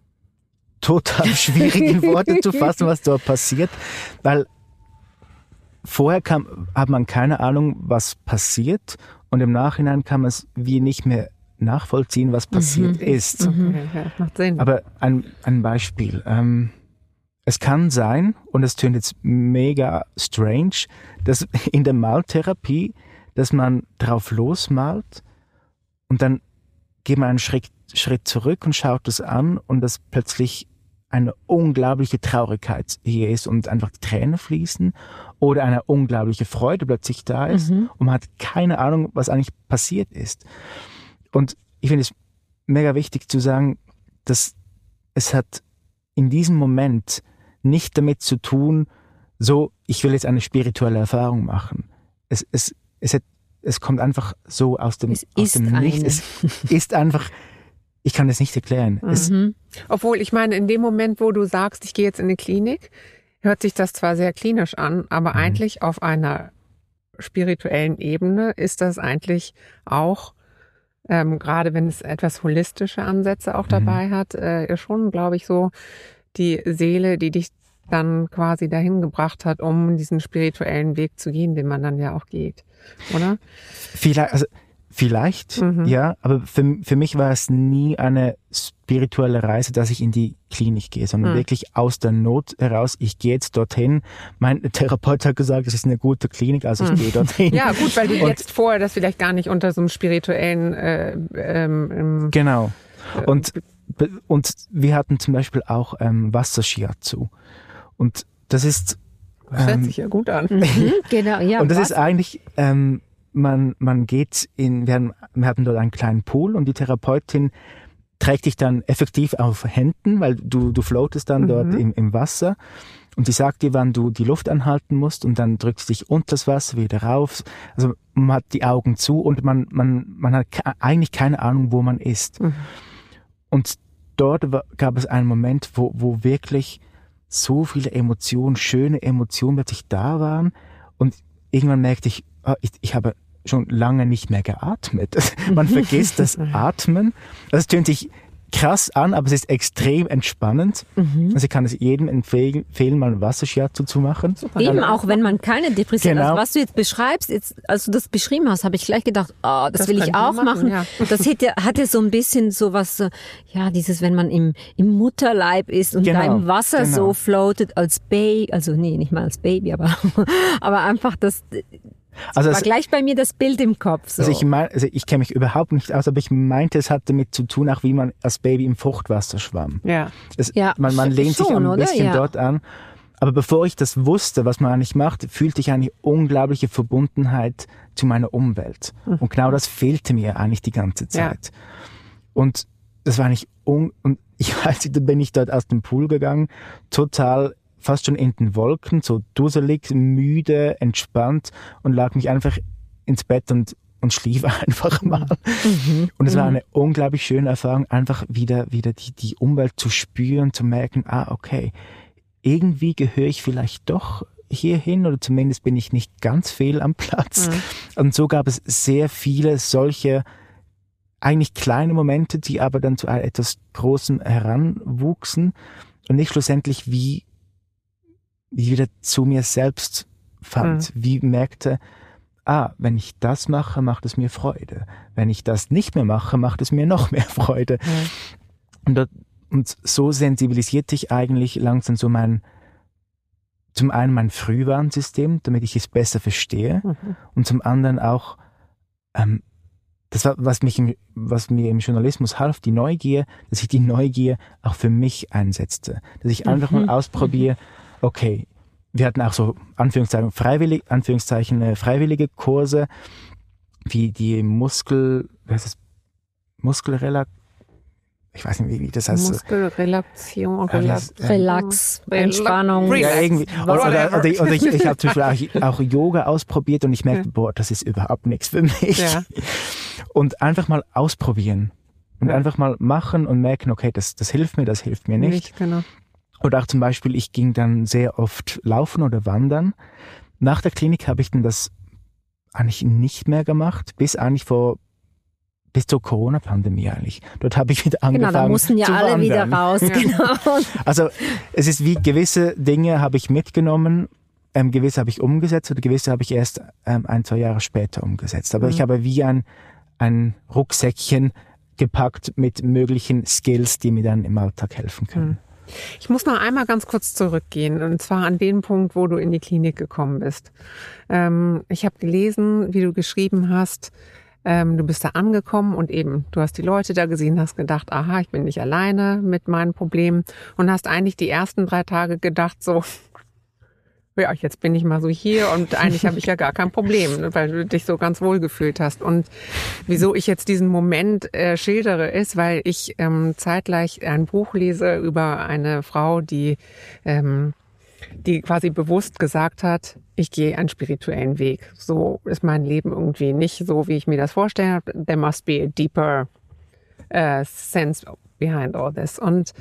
total schwierig in Worte zu fassen, was dort passiert, weil vorher hat man keine Ahnung, was passiert und im Nachhinein kann man es wie nicht mehr nachvollziehen, was passiert ist. Okay, ja, macht Sinn. Aber ein Beispiel. Es kann sein, und es tönt jetzt mega strange, dass in der Maltherapie, dass man drauf losmalt und dann geht man einen Schritt zurück und schaut es an und dass plötzlich eine unglaubliche Traurigkeit hier ist und einfach die Tränen fließen oder eine unglaubliche Freude plötzlich da ist und man hat keine Ahnung, was eigentlich passiert ist. Und ich finde es mega wichtig zu sagen, dass es hat in diesem Moment nicht damit zu tun, so, ich will jetzt eine spirituelle Erfahrung machen. Es kommt einfach so aus dem Nichts. Es ist einfach, ich kann das nicht erklären. Obwohl, ich meine, in dem Moment, wo du sagst, ich gehe jetzt in eine Klinik, hört sich das zwar sehr klinisch an, aber eigentlich auf einer spirituellen Ebene ist das eigentlich auch, gerade wenn es etwas holistische Ansätze auch dabei hat, schon, glaube ich, so die Seele, die dich dann quasi dahin gebracht hat, um diesen spirituellen Weg zu gehen, den man dann ja auch geht, oder? Vielleicht, ja, aber für mich war es nie eine spirituelle Reise, dass ich in die Klinik gehe, sondern wirklich aus der Not heraus, ich gehe jetzt dorthin. Mein Therapeut hat gesagt, es ist eine gute Klinik, also ich gehe dorthin. Ja, gut, weil du jetzt vorher das vielleicht gar nicht unter so einem spirituellen genau. Und wir hatten zum Beispiel auch Wasser-Shiatsu. Und das ist... Das hört sich ja gut an. Genau, ja. Und das ist eigentlich... Man geht wir hatten dort einen kleinen Pool und die Therapeutin trägt dich dann effektiv auf Händen, weil du floatest dann dort im Wasser und sie sagt dir, wann du die Luft anhalten musst und dann drückst du dich unter das Wasser wieder rauf. Also man hat die Augen zu und man hat eigentlich keine Ahnung, wo man ist. Und dort gab es einen Moment, wo wirklich so viele Emotionen, schöne Emotionen plötzlich da waren und irgendwann merkte ich habe schon lange nicht mehr geatmet. Man vergisst das Atmen. Das tönt sich krass an, aber es ist extrem entspannend. Also ich kann es jedem empfehlen, mal Wasser-Shiatsu zu machen. Super. Eben auch, wenn man keine Depression hat. Genau. Also was du jetzt beschreibst, als du das beschrieben hast, habe ich gleich gedacht, das will ich auch machen. Ja. Das hatte so ein bisschen sowas, ja, dieses, wenn man im Mutterleib ist und da im Wasser so floatet als Baby, also nee, nicht mal als Baby, aber einfach das... Also war gleich bei mir das Bild im Kopf. So. Also ich kenne mich überhaupt nicht aus, aber ich meinte, es hat damit zu tun, auch wie man als Baby im Fruchtwasser schwamm. Ja. Man lehnt sich ein bisschen dort an. Aber bevor ich das wusste, was man eigentlich macht, fühlte ich eine unglaubliche Verbundenheit zu meiner Umwelt. Und genau das fehlte mir eigentlich die ganze Zeit. Ja. Und das war eigentlich und ich weiß nicht, da bin ich dort aus dem Pool gegangen, total fast schon in den Wolken, so dusselig, müde, entspannt und lag mich einfach ins Bett und schlief einfach mal. Und es war eine unglaublich schöne Erfahrung, einfach wieder die Umwelt zu spüren, zu merken, okay, irgendwie gehöre ich vielleicht doch hierhin oder zumindest bin ich nicht ganz fehl am Platz. Und so gab es sehr viele solche eigentlich kleine Momente, die aber dann zu etwas Großem heranwuchsen und ich schlussendlich wie wieder zu mir selbst fand, wie merkte, wenn ich das mache, macht es mir Freude. Wenn ich das nicht mehr mache, macht es mir noch mehr Freude. Und Und so sensibilisiert ich eigentlich langsam so zum einen mein Frühwarnsystem, damit ich es besser verstehe, und zum anderen auch, das war, was mir im Journalismus half, die Neugier, dass ich die Neugier auch für mich einsetzte. Dass ich einfach mal ausprobiere, okay, wir hatten auch so freiwillige Kurse, wie die ich weiß nicht, wie das heißt. Muskelrelaktion, Relax, Entspannung. Ja, irgendwie. Oder ich habe zum Beispiel auch Yoga ausprobiert und ich merke, das ist überhaupt nichts für mich. Ja. Und einfach mal ausprobieren und einfach mal machen und merken, okay, das hilft mir nicht. Genau. Oder auch zum Beispiel, ich ging dann sehr oft laufen oder wandern. Nach der Klinik habe ich dann das eigentlich nicht mehr gemacht, bis zur Corona-Pandemie eigentlich. Dort habe ich wieder angefangen zu wandern. Genau, da mussten ja alle wieder raus. Ja. Genau. Also es ist wie, gewisse Dinge habe ich mitgenommen, gewisse habe ich umgesetzt oder gewisse habe ich erst 1-2 Jahre später umgesetzt. Aber ich habe wie ein Rucksäckchen gepackt mit möglichen Skills, die mir dann im Alltag helfen können. Ich muss noch einmal ganz kurz zurückgehen, und zwar an den Punkt, wo du in die Klinik gekommen bist. Ich habe gelesen, wie du geschrieben hast, du bist da angekommen und eben, du hast die Leute da gesehen, hast gedacht, aha, ich bin nicht alleine mit meinen Problemen, und hast eigentlich die ersten 3 Tage gedacht so, ja, jetzt bin ich mal so hier und eigentlich habe ich ja gar kein Problem, weil du dich so ganz wohl gefühlt hast. Und wieso ich jetzt diesen Moment schildere, ist, weil ich zeitgleich ein Buch lese über eine Frau, die quasi bewusst gesagt hat, ich gehe einen spirituellen Weg. So ist mein Leben irgendwie nicht so, wie ich mir das vorstelle. There must be a deeper sense behind all this. Und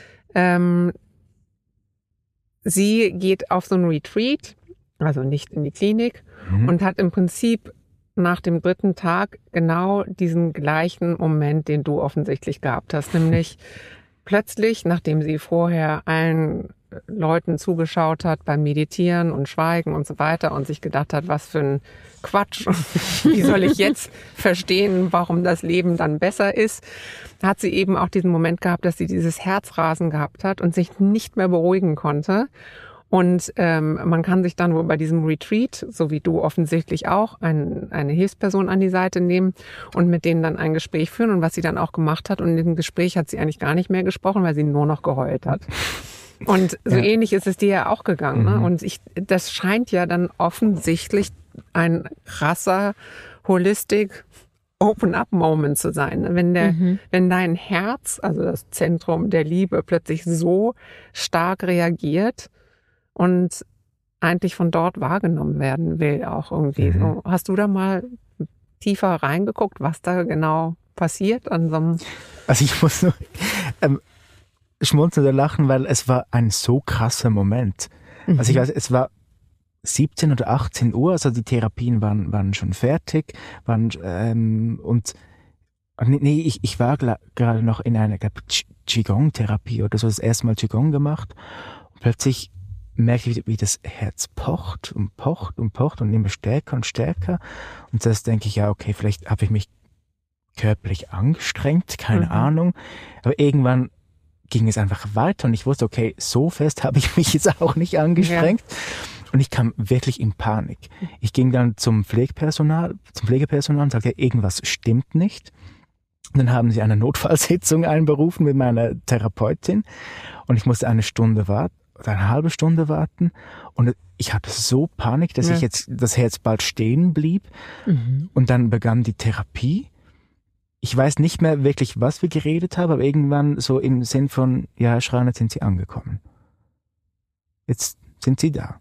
sie geht auf so ein Retreat, also nicht in die Klinik, und hat im Prinzip nach dem 3. Tag genau diesen gleichen Moment, den du offensichtlich gehabt hast, nämlich plötzlich, nachdem sie vorher allen Leuten zugeschaut hat beim Meditieren und Schweigen und so weiter und sich gedacht hat, was für ein Quatsch, wie soll ich jetzt verstehen, warum das Leben dann besser ist, hat sie eben auch diesen Moment gehabt, dass sie dieses Herzrasen gehabt hat und sich nicht mehr beruhigen konnte. Und man kann sich dann wohl bei diesem Retreat, so wie du offensichtlich auch, eine Hilfsperson an die Seite nehmen und mit denen dann ein Gespräch führen. Und was sie dann auch gemacht hat, und in dem Gespräch hat sie eigentlich gar nicht mehr gesprochen, weil sie nur noch geheult hat. Und so ähnlich ist es dir ja auch gegangen. Ne? Und das scheint ja dann offensichtlich ein krasser Holistic Open-up-Moment zu sein. Wenn dein Herz, also das Zentrum der Liebe, plötzlich so stark reagiert und eigentlich von dort wahrgenommen werden will auch irgendwie. So, hast du da mal tiefer reingeguckt, was da genau passiert an so einem... Also ich muss nur schmunzeln oder lachen, weil es war ein so krasser Moment. Also ich weiß, es war 17 oder 18 Uhr, also die Therapien waren schon fertig, ich war gerade noch in einer Qigong-Therapie oder so, das erste Mal Qigong gemacht, und plötzlich merke ich, wie das Herz pocht und pocht und pocht und immer stärker und stärker, und das denke ich, ja, okay, vielleicht habe ich mich körperlich angestrengt, keine Ahnung, aber irgendwann ging es einfach weiter und ich wusste, okay, so fest habe ich mich jetzt auch nicht angestrengt. Ja. Und ich kam wirklich in Panik. Ich ging dann zum Pflegepersonal und sagte, irgendwas stimmt nicht. Und dann haben sie eine Notfallsitzung einberufen mit meiner Therapeutin und ich musste 1 Stunde warten oder eine halbe Stunde warten und ich hatte so Panik, dass ich jetzt das Herz bald stehen blieb. Und dann begann die Therapie. Ich weiß nicht mehr wirklich, was wir geredet haben, aber irgendwann so im Sinn von, ja, Herr Schreiner, jetzt sind Sie angekommen. Jetzt sind Sie da.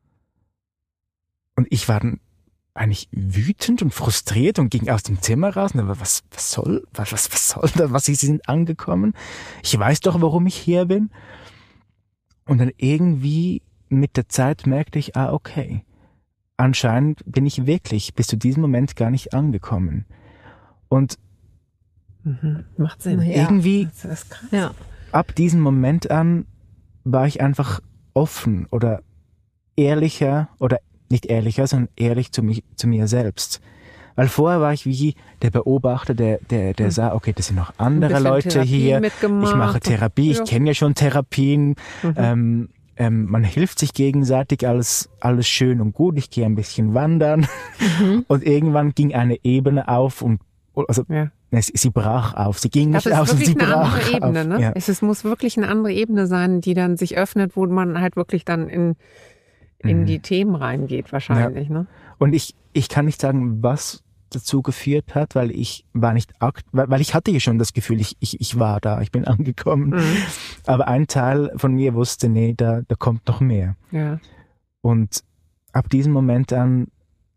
Und ich war dann eigentlich wütend und frustriert und ging aus dem Zimmer raus und aber was soll da, Sie sind angekommen? Ich weiß doch, warum ich hier bin. Und dann irgendwie mit der Zeit merkte ich, okay, anscheinend bin ich wirklich bis zu diesem Moment gar nicht angekommen. Und macht Sinn. Irgendwie, das ist krass. Ja. Ab diesem Moment an war ich einfach offen oder ehrlicher oder nicht ehrlicher, sondern ehrlich zu mir selbst. Weil vorher war ich wie der Beobachter, der sah, okay, das sind noch andere Leute Therapie hier. mitgemacht. Ich mache Therapie, ich kenne ja schon Therapien. Man hilft sich gegenseitig, alles schön und gut. Ich gehe ein bisschen wandern. Und irgendwann ging eine Ebene auf sie brach auf. Sie ging nicht aus und sie brach auf. Ebene, ne? Ja. Es muss wirklich eine andere Ebene sein, die dann sich öffnet, wo man halt wirklich dann in die Themen reingeht wahrscheinlich. Ne? Und ich kann nicht sagen, was dazu geführt hat, weil ich war nicht weil ich hatte ja schon das Gefühl, ich war da, ich bin angekommen. Aber ein Teil von mir wusste, nee, da kommt noch mehr. Ja. Und ab diesem Moment an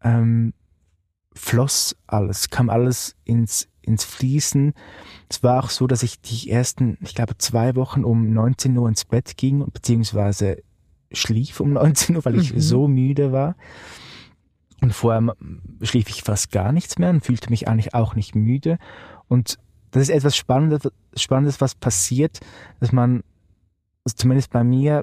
floss alles, kam alles ins Fließen. Es war auch so, dass ich die ersten, ich glaube 2 Wochen um 19 Uhr ins Bett ging, beziehungsweise schlief um 19 Uhr, weil ich so müde war. Und vorher schlief ich fast gar nichts mehr und fühlte mich eigentlich auch nicht müde. Und das ist etwas Spannendes, was passiert, dass man, also zumindest bei mir,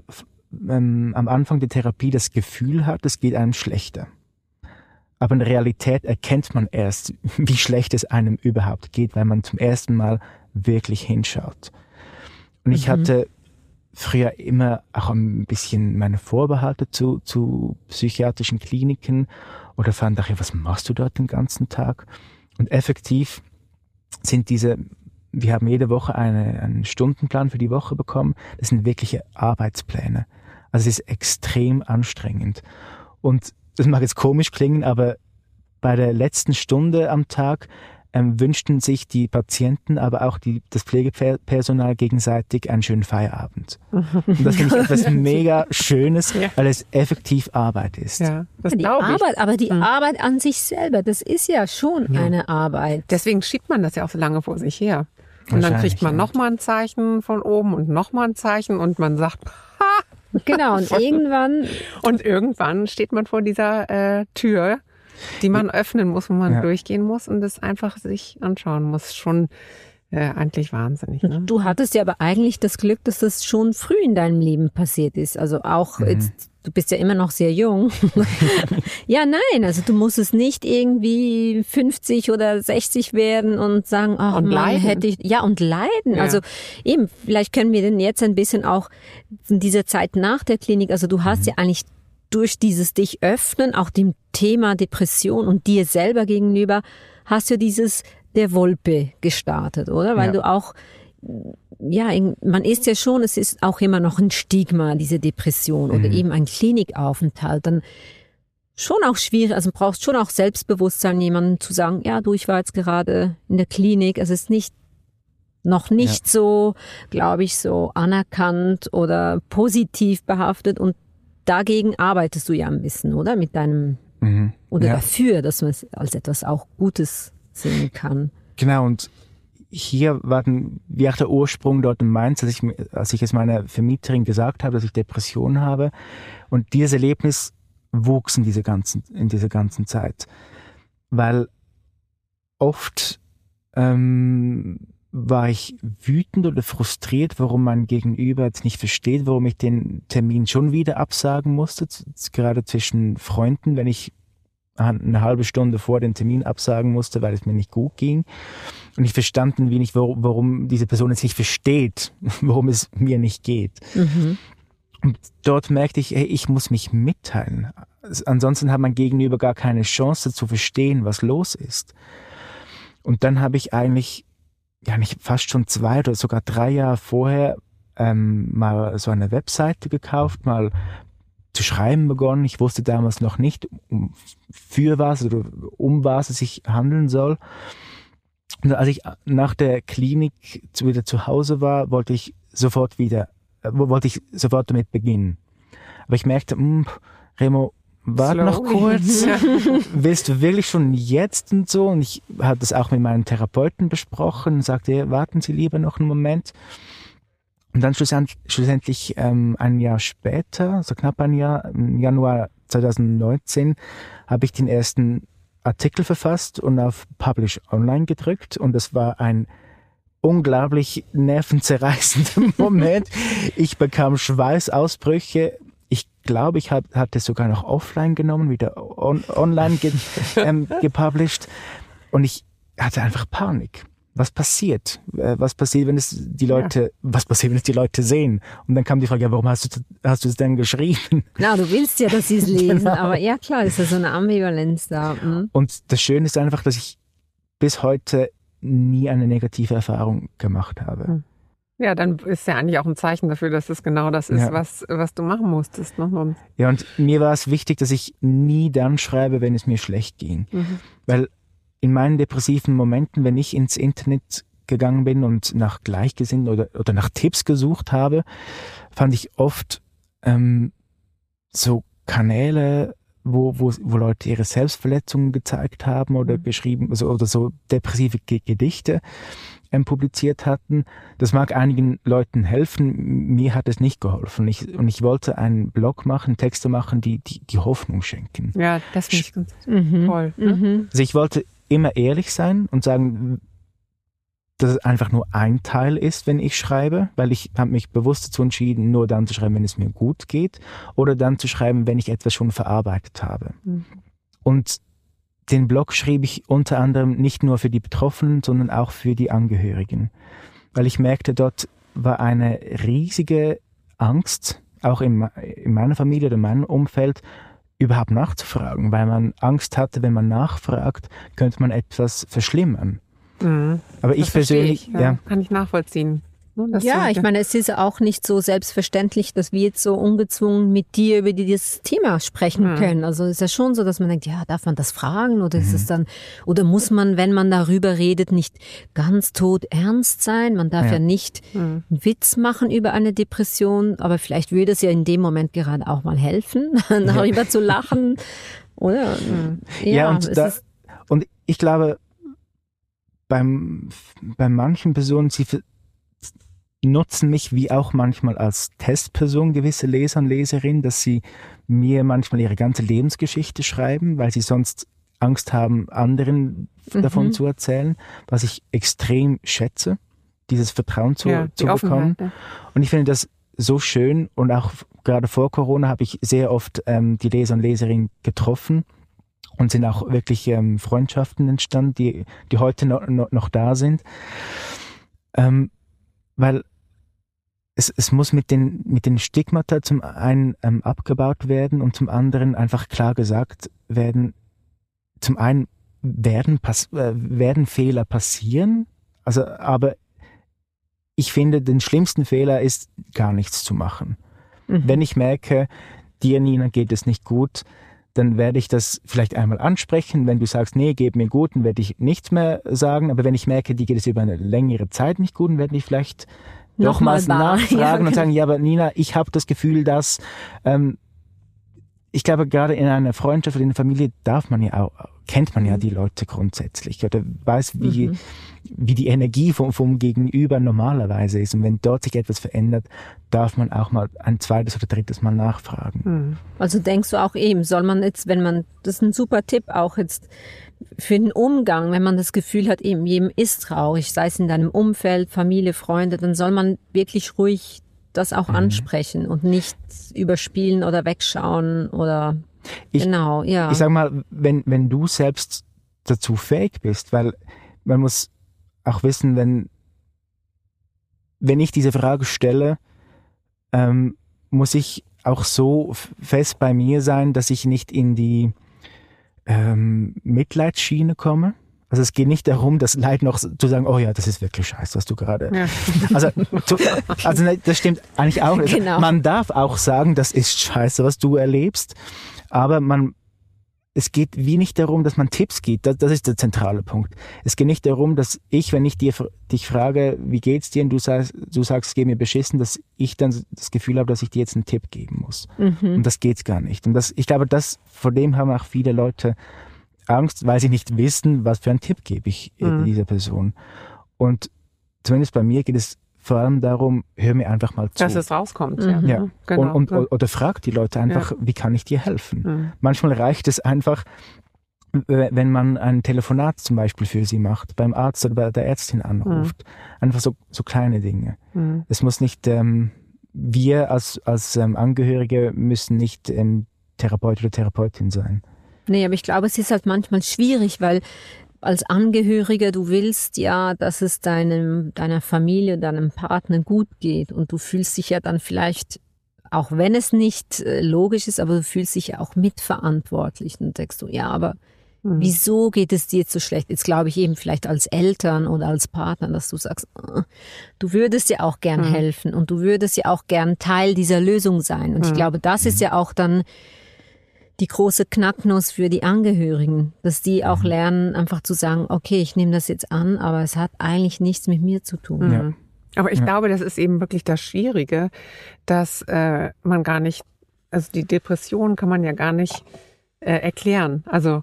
am Anfang der Therapie das Gefühl hat, es geht einem schlechter. Aber in der Realität erkennt man erst, wie schlecht es einem überhaupt geht, weil man zum ersten Mal wirklich hinschaut. Und ich hatte früher immer auch ein bisschen meine Vorbehalte zu psychiatrischen Kliniken oder fand, was machst du dort den ganzen Tag? Und effektiv sind wir haben jede Woche einen Stundenplan für die Woche bekommen. Das sind wirkliche Arbeitspläne. Also es ist extrem anstrengend. Und das mag jetzt komisch klingen, aber bei der letzten Stunde am Tag wünschten sich die Patienten, aber auch das Pflegepersonal gegenseitig einen schönen Feierabend. Und das finde ich etwas mega Schönes, weil es effektiv Arbeit ist. Ja, das die Arbeit, aber die Arbeit an sich selber, das ist ja schon eine Arbeit. Deswegen schiebt man das ja auch so lange vor sich her. Und dann kriegt man nochmal ein Zeichen von oben und nochmal ein Zeichen und man sagt, ha! Genau, und irgendwann steht man vor dieser Tür, die man öffnen muss, wo man durchgehen muss und das einfach sich anschauen muss. Schon eigentlich wahnsinnig. Ne? Du hattest ja aber eigentlich das Glück, dass das schon früh in deinem Leben passiert ist. Also auch jetzt, du bist ja immer noch sehr jung. Ja, nein, also du musst es nicht irgendwie 50 oder 60 werden und sagen, ach und Mann, hätte ich, und leiden. Ja. Also eben, vielleicht können wir denn jetzt ein bisschen auch in dieser Zeit nach der Klinik, also du hast ja eigentlich durch dieses dich öffnen, auch dem Thema Depression und dir selber gegenüber, hast du dieses der Wolpe gestartet, oder? Weil du auch, man ist ja schon, es ist auch immer noch ein Stigma, diese Depression oder eben ein Klinikaufenthalt, dann schon auch schwierig, also brauchst schon auch Selbstbewusstsein, jemandem zu sagen, ja, du, ich war jetzt gerade in der Klinik, es ist noch nicht so, glaube ich, so anerkannt oder positiv behaftet und dagegen arbeitest du ja ein bisschen, oder? Mit deinem, oder dafür, dass man es als etwas auch Gutes sehen kann. Genau, und hier war wie auch der Ursprung dort in Mainz, als ich es meiner Vermieterin gesagt habe, dass ich Depressionen habe. Und dieses Erlebnis wuchs in dieser ganzen Zeit. Weil oft war ich wütend oder frustriert, warum mein Gegenüber jetzt nicht versteht, warum ich den Termin schon wieder absagen musste, gerade zwischen Freunden, wenn ich eine halbe Stunde vor den Termin absagen musste, weil es mir nicht gut ging. Und ich verstand ein wenig, warum diese Person jetzt nicht versteht, worum es mir nicht geht. Und dort merkte ich, ich muss mich mitteilen. Ansonsten hat mein Gegenüber gar keine Chance zu verstehen, was los ist. Und dann habe ich eigentlich nicht fast schon 2 oder sogar 3 Jahre vorher mal so eine Webseite gekauft, mal zu schreiben begonnen. Ich wusste damals noch nicht, für was oder um was es sich handeln soll. Und als ich nach der Klinik wieder zu Hause war, wollte ich sofort damit beginnen. Aber ich merkte, Remo, warte noch kurz. Willst du wirklich schon jetzt und so? Und ich hatte das auch mit meinem Therapeuten besprochen und sagte, warten Sie lieber noch einen Moment. Und dann schlussendlich ein Jahr später, so knapp ein Jahr, im Januar 2019, habe ich den ersten Artikel verfasst und auf Publish Online gedrückt. Und das war ein unglaublich nervenzerreißender Moment. Ich bekam Schweißausbrüche. Ich glaube, ich hatte es sogar noch offline genommen, wieder online gepublished. Und ich hatte einfach Panik. Was passiert? Was passiert, wenn es die Leute sehen? Und dann kam die Frage, ja, warum hast du es denn geschrieben? Na, du willst ja, dass sie es lesen, Genau. aber ja klar, ist ja so eine Ambivalenz da. Mhm. Und das Schöne ist einfach, dass ich bis heute nie eine negative Erfahrung gemacht habe. Ja, dann ist ja eigentlich auch ein Zeichen dafür, dass es genau das ist, Ja. was du machen musstest. Ne? Ja, und mir war es wichtig, dass ich nie dann schreibe, wenn es mir schlecht ging. Weil in meinen depressiven Momenten, wenn ich ins Internet gegangen bin und nach Gleichgesinnten oder nach Tipps gesucht habe, fand ich oft so Kanäle, wo Leute ihre Selbstverletzungen gezeigt haben oder geschrieben, oder so depressive Gedichte publiziert hatten. Das mag einigen Leuten helfen, mir hat es nicht geholfen. Und ich wollte einen Blog machen, Texte machen, die Hoffnung schenken. Ja, das finde ich ganz toll. Ne? Also ich wollte immer ehrlich sein und sagen, dass es einfach nur ein Teil ist, wenn ich schreibe, weil ich habe mich bewusst dazu entschieden, nur dann zu schreiben, wenn es mir gut geht, oder dann zu schreiben, wenn ich etwas schon verarbeitet habe. Und den Blog schrieb ich unter anderem nicht nur für die Betroffenen, sondern auch für die Angehörigen, weil ich merkte, dort war eine riesige Angst, auch in meiner Familie oder in meinem Umfeld, überhaupt nachzufragen, weil man Angst hatte, wenn man nachfragt, könnte man etwas verschlimmern. Aber ich persönlich, ja, kann ich nachvollziehen. Ja, ich meine, es ist auch nicht so selbstverständlich, dass wir jetzt so ungezwungen mit dir über dieses Thema sprechen können. Also ist ja schon so, dass man denkt, ja, darf man das fragen oder ist es dann, oder muss man, wenn man darüber redet, nicht ganz tot ernst sein? Man darf ja nicht einen Witz machen über eine Depression, aber vielleicht würde es ja in dem Moment gerade auch mal helfen, darüber zu lachen, oder? Ja, und ich glaube, bei manchen Personen, sie nutzen mich wie auch manchmal als Testperson gewisse Leser und Leserinnen, dass sie mir manchmal ihre ganze Lebensgeschichte schreiben, weil sie sonst Angst haben, anderen davon zu erzählen, was ich extrem schätze, dieses Vertrauen zu bekommen. Ja. Und ich finde das so schön, und auch gerade vor Corona habe ich sehr oft die Leser und Leserinnen getroffen und sind auch wirklich Freundschaften entstanden, die heute noch da sind. Weil es muss mit den Stigmata zum einen abgebaut werden und zum anderen einfach klar gesagt werden, zum einen werden Fehler passieren, aber ich finde, den schlimmsten Fehler ist, gar nichts zu machen. Wenn ich merke, dir, Nina, geht es nicht gut, dann werde ich das vielleicht einmal ansprechen. Wenn du sagst, nee, geht mir gut, dann werde ich nichts mehr sagen. Aber wenn ich merke, dir geht es über eine längere Zeit nicht gut, dann werde ich vielleicht nochmals nachfragen und sagen, ja, aber Nina, ich habe das Gefühl, dass ich glaube, gerade in einer Freundschaft oder in einer Familie kennt man ja die Leute grundsätzlich oder weiß, wie die Energie vom Gegenüber normalerweise ist. Und wenn dort sich etwas verändert, darf man auch mal ein zweites oder drittes Mal nachfragen. Also denkst du auch eben, soll man jetzt, das ist ein super Tipp auch jetzt für den Umgang, wenn man das Gefühl hat, eben jedem ist traurig, sei es in deinem Umfeld, Familie, Freunde, dann soll man wirklich ruhig das auch ansprechen und nicht überspielen oder wegschauen oder genau, ja. Ich sag mal, wenn du selbst dazu fähig bist, weil man muss auch wissen, wenn ich diese Frage stelle, muss ich auch so fest bei mir sein, dass ich nicht in die Mitleidsschiene komme. Also es geht nicht darum, das Leid noch zu sagen, oh ja, das ist wirklich scheiße, was du gerade... Ja. Also das stimmt eigentlich auch nicht. Genau. Man darf auch sagen, das ist scheiße, was du erlebst, aber es geht wie nicht darum, dass man Tipps gibt. Das ist der zentrale Punkt. Es geht nicht darum, dass wenn ich dich frage, wie geht's dir, und du sagst, es geht mir beschissen, dass ich dann das Gefühl habe, dass ich dir jetzt einen Tipp geben muss. Und das geht's gar nicht. Und ich glaube, vor dem haben auch viele Leute Angst, weil sie nicht wissen, was für einen Tipp gebe ich dieser Person. Und zumindest bei mir geht es vor allem darum, hör mir einfach mal zu. Dass es rauskommt. Ja. Genau. Oder frag die Leute einfach, wie kann ich dir helfen? Manchmal reicht es einfach, wenn man ein Telefonat zum Beispiel für sie macht, beim Arzt oder bei der Ärztin anruft. Einfach so kleine Dinge. Es muss nicht, wir als Angehörige müssen nicht Therapeut oder Therapeutin sein. Nee, aber ich glaube, es ist halt manchmal schwierig, weil als Angehöriger, du willst ja, dass es deiner Familie, deinem Partner gut geht und du fühlst dich ja dann vielleicht, auch wenn es nicht logisch ist, aber du fühlst dich ja auch mitverantwortlich und denkst du, ja, aber wieso geht es dir jetzt so schlecht? Jetzt glaube ich eben vielleicht als Eltern oder als Partner, dass du sagst, du würdest ja auch gern helfen und du würdest ja auch gern Teil dieser Lösung sein. Und ich glaube, das ist ja auch dann die große Knacknuss für die Angehörigen, dass die auch lernen, einfach zu sagen, okay, ich nehme das jetzt an, aber es hat eigentlich nichts mit mir zu tun. Ja. Aber ich glaube, das ist eben wirklich das Schwierige, dass man gar nicht, also die Depression kann man ja gar nicht erklären. Also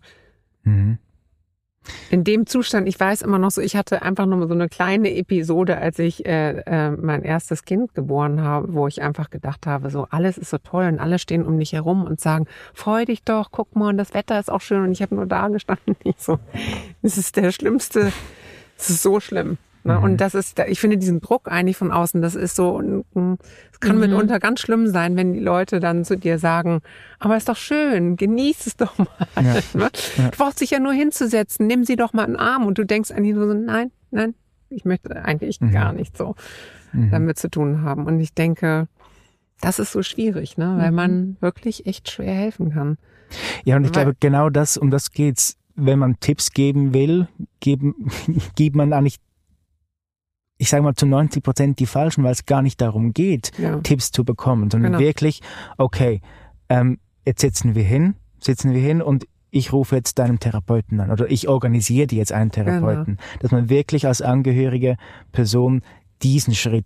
in dem Zustand, ich weiß immer noch so, ich hatte einfach nur so eine kleine Episode, als ich mein erstes Kind geboren habe, wo ich einfach gedacht habe, so alles ist so toll und alle stehen um mich herum und sagen, freu dich doch, guck mal, und das Wetter ist auch schön, und ich habe nur da gestanden, nicht so, es ist der Schlimmste, es ist so schlimm. Ne? Und das ist, ich finde diesen Druck eigentlich von außen, das ist so, es kann mitunter ganz schlimm sein, wenn die Leute dann zu dir sagen, aber ist doch schön, genieß es doch mal. Ja. Ne? Du brauchst dich ja nur hinzusetzen, nimm sie doch mal in den Arm, und du denkst eigentlich nur so, nein, ich möchte eigentlich gar nicht so damit zu tun haben. Und ich denke, das ist so schwierig, ne? Weil man wirklich echt schwer helfen kann. Ja, und ich glaube, genau das, um das geht's. Wenn man Tipps geben will, gibt man eigentlich, ich sage mal, zu 90% die falschen, weil es gar nicht darum geht, Tipps zu bekommen, sondern wirklich, okay, jetzt sitzen wir hin und ich rufe jetzt deinen Therapeuten an oder ich organisiere dir jetzt einen Therapeuten, dass man wirklich als angehörige Person diesen Schritt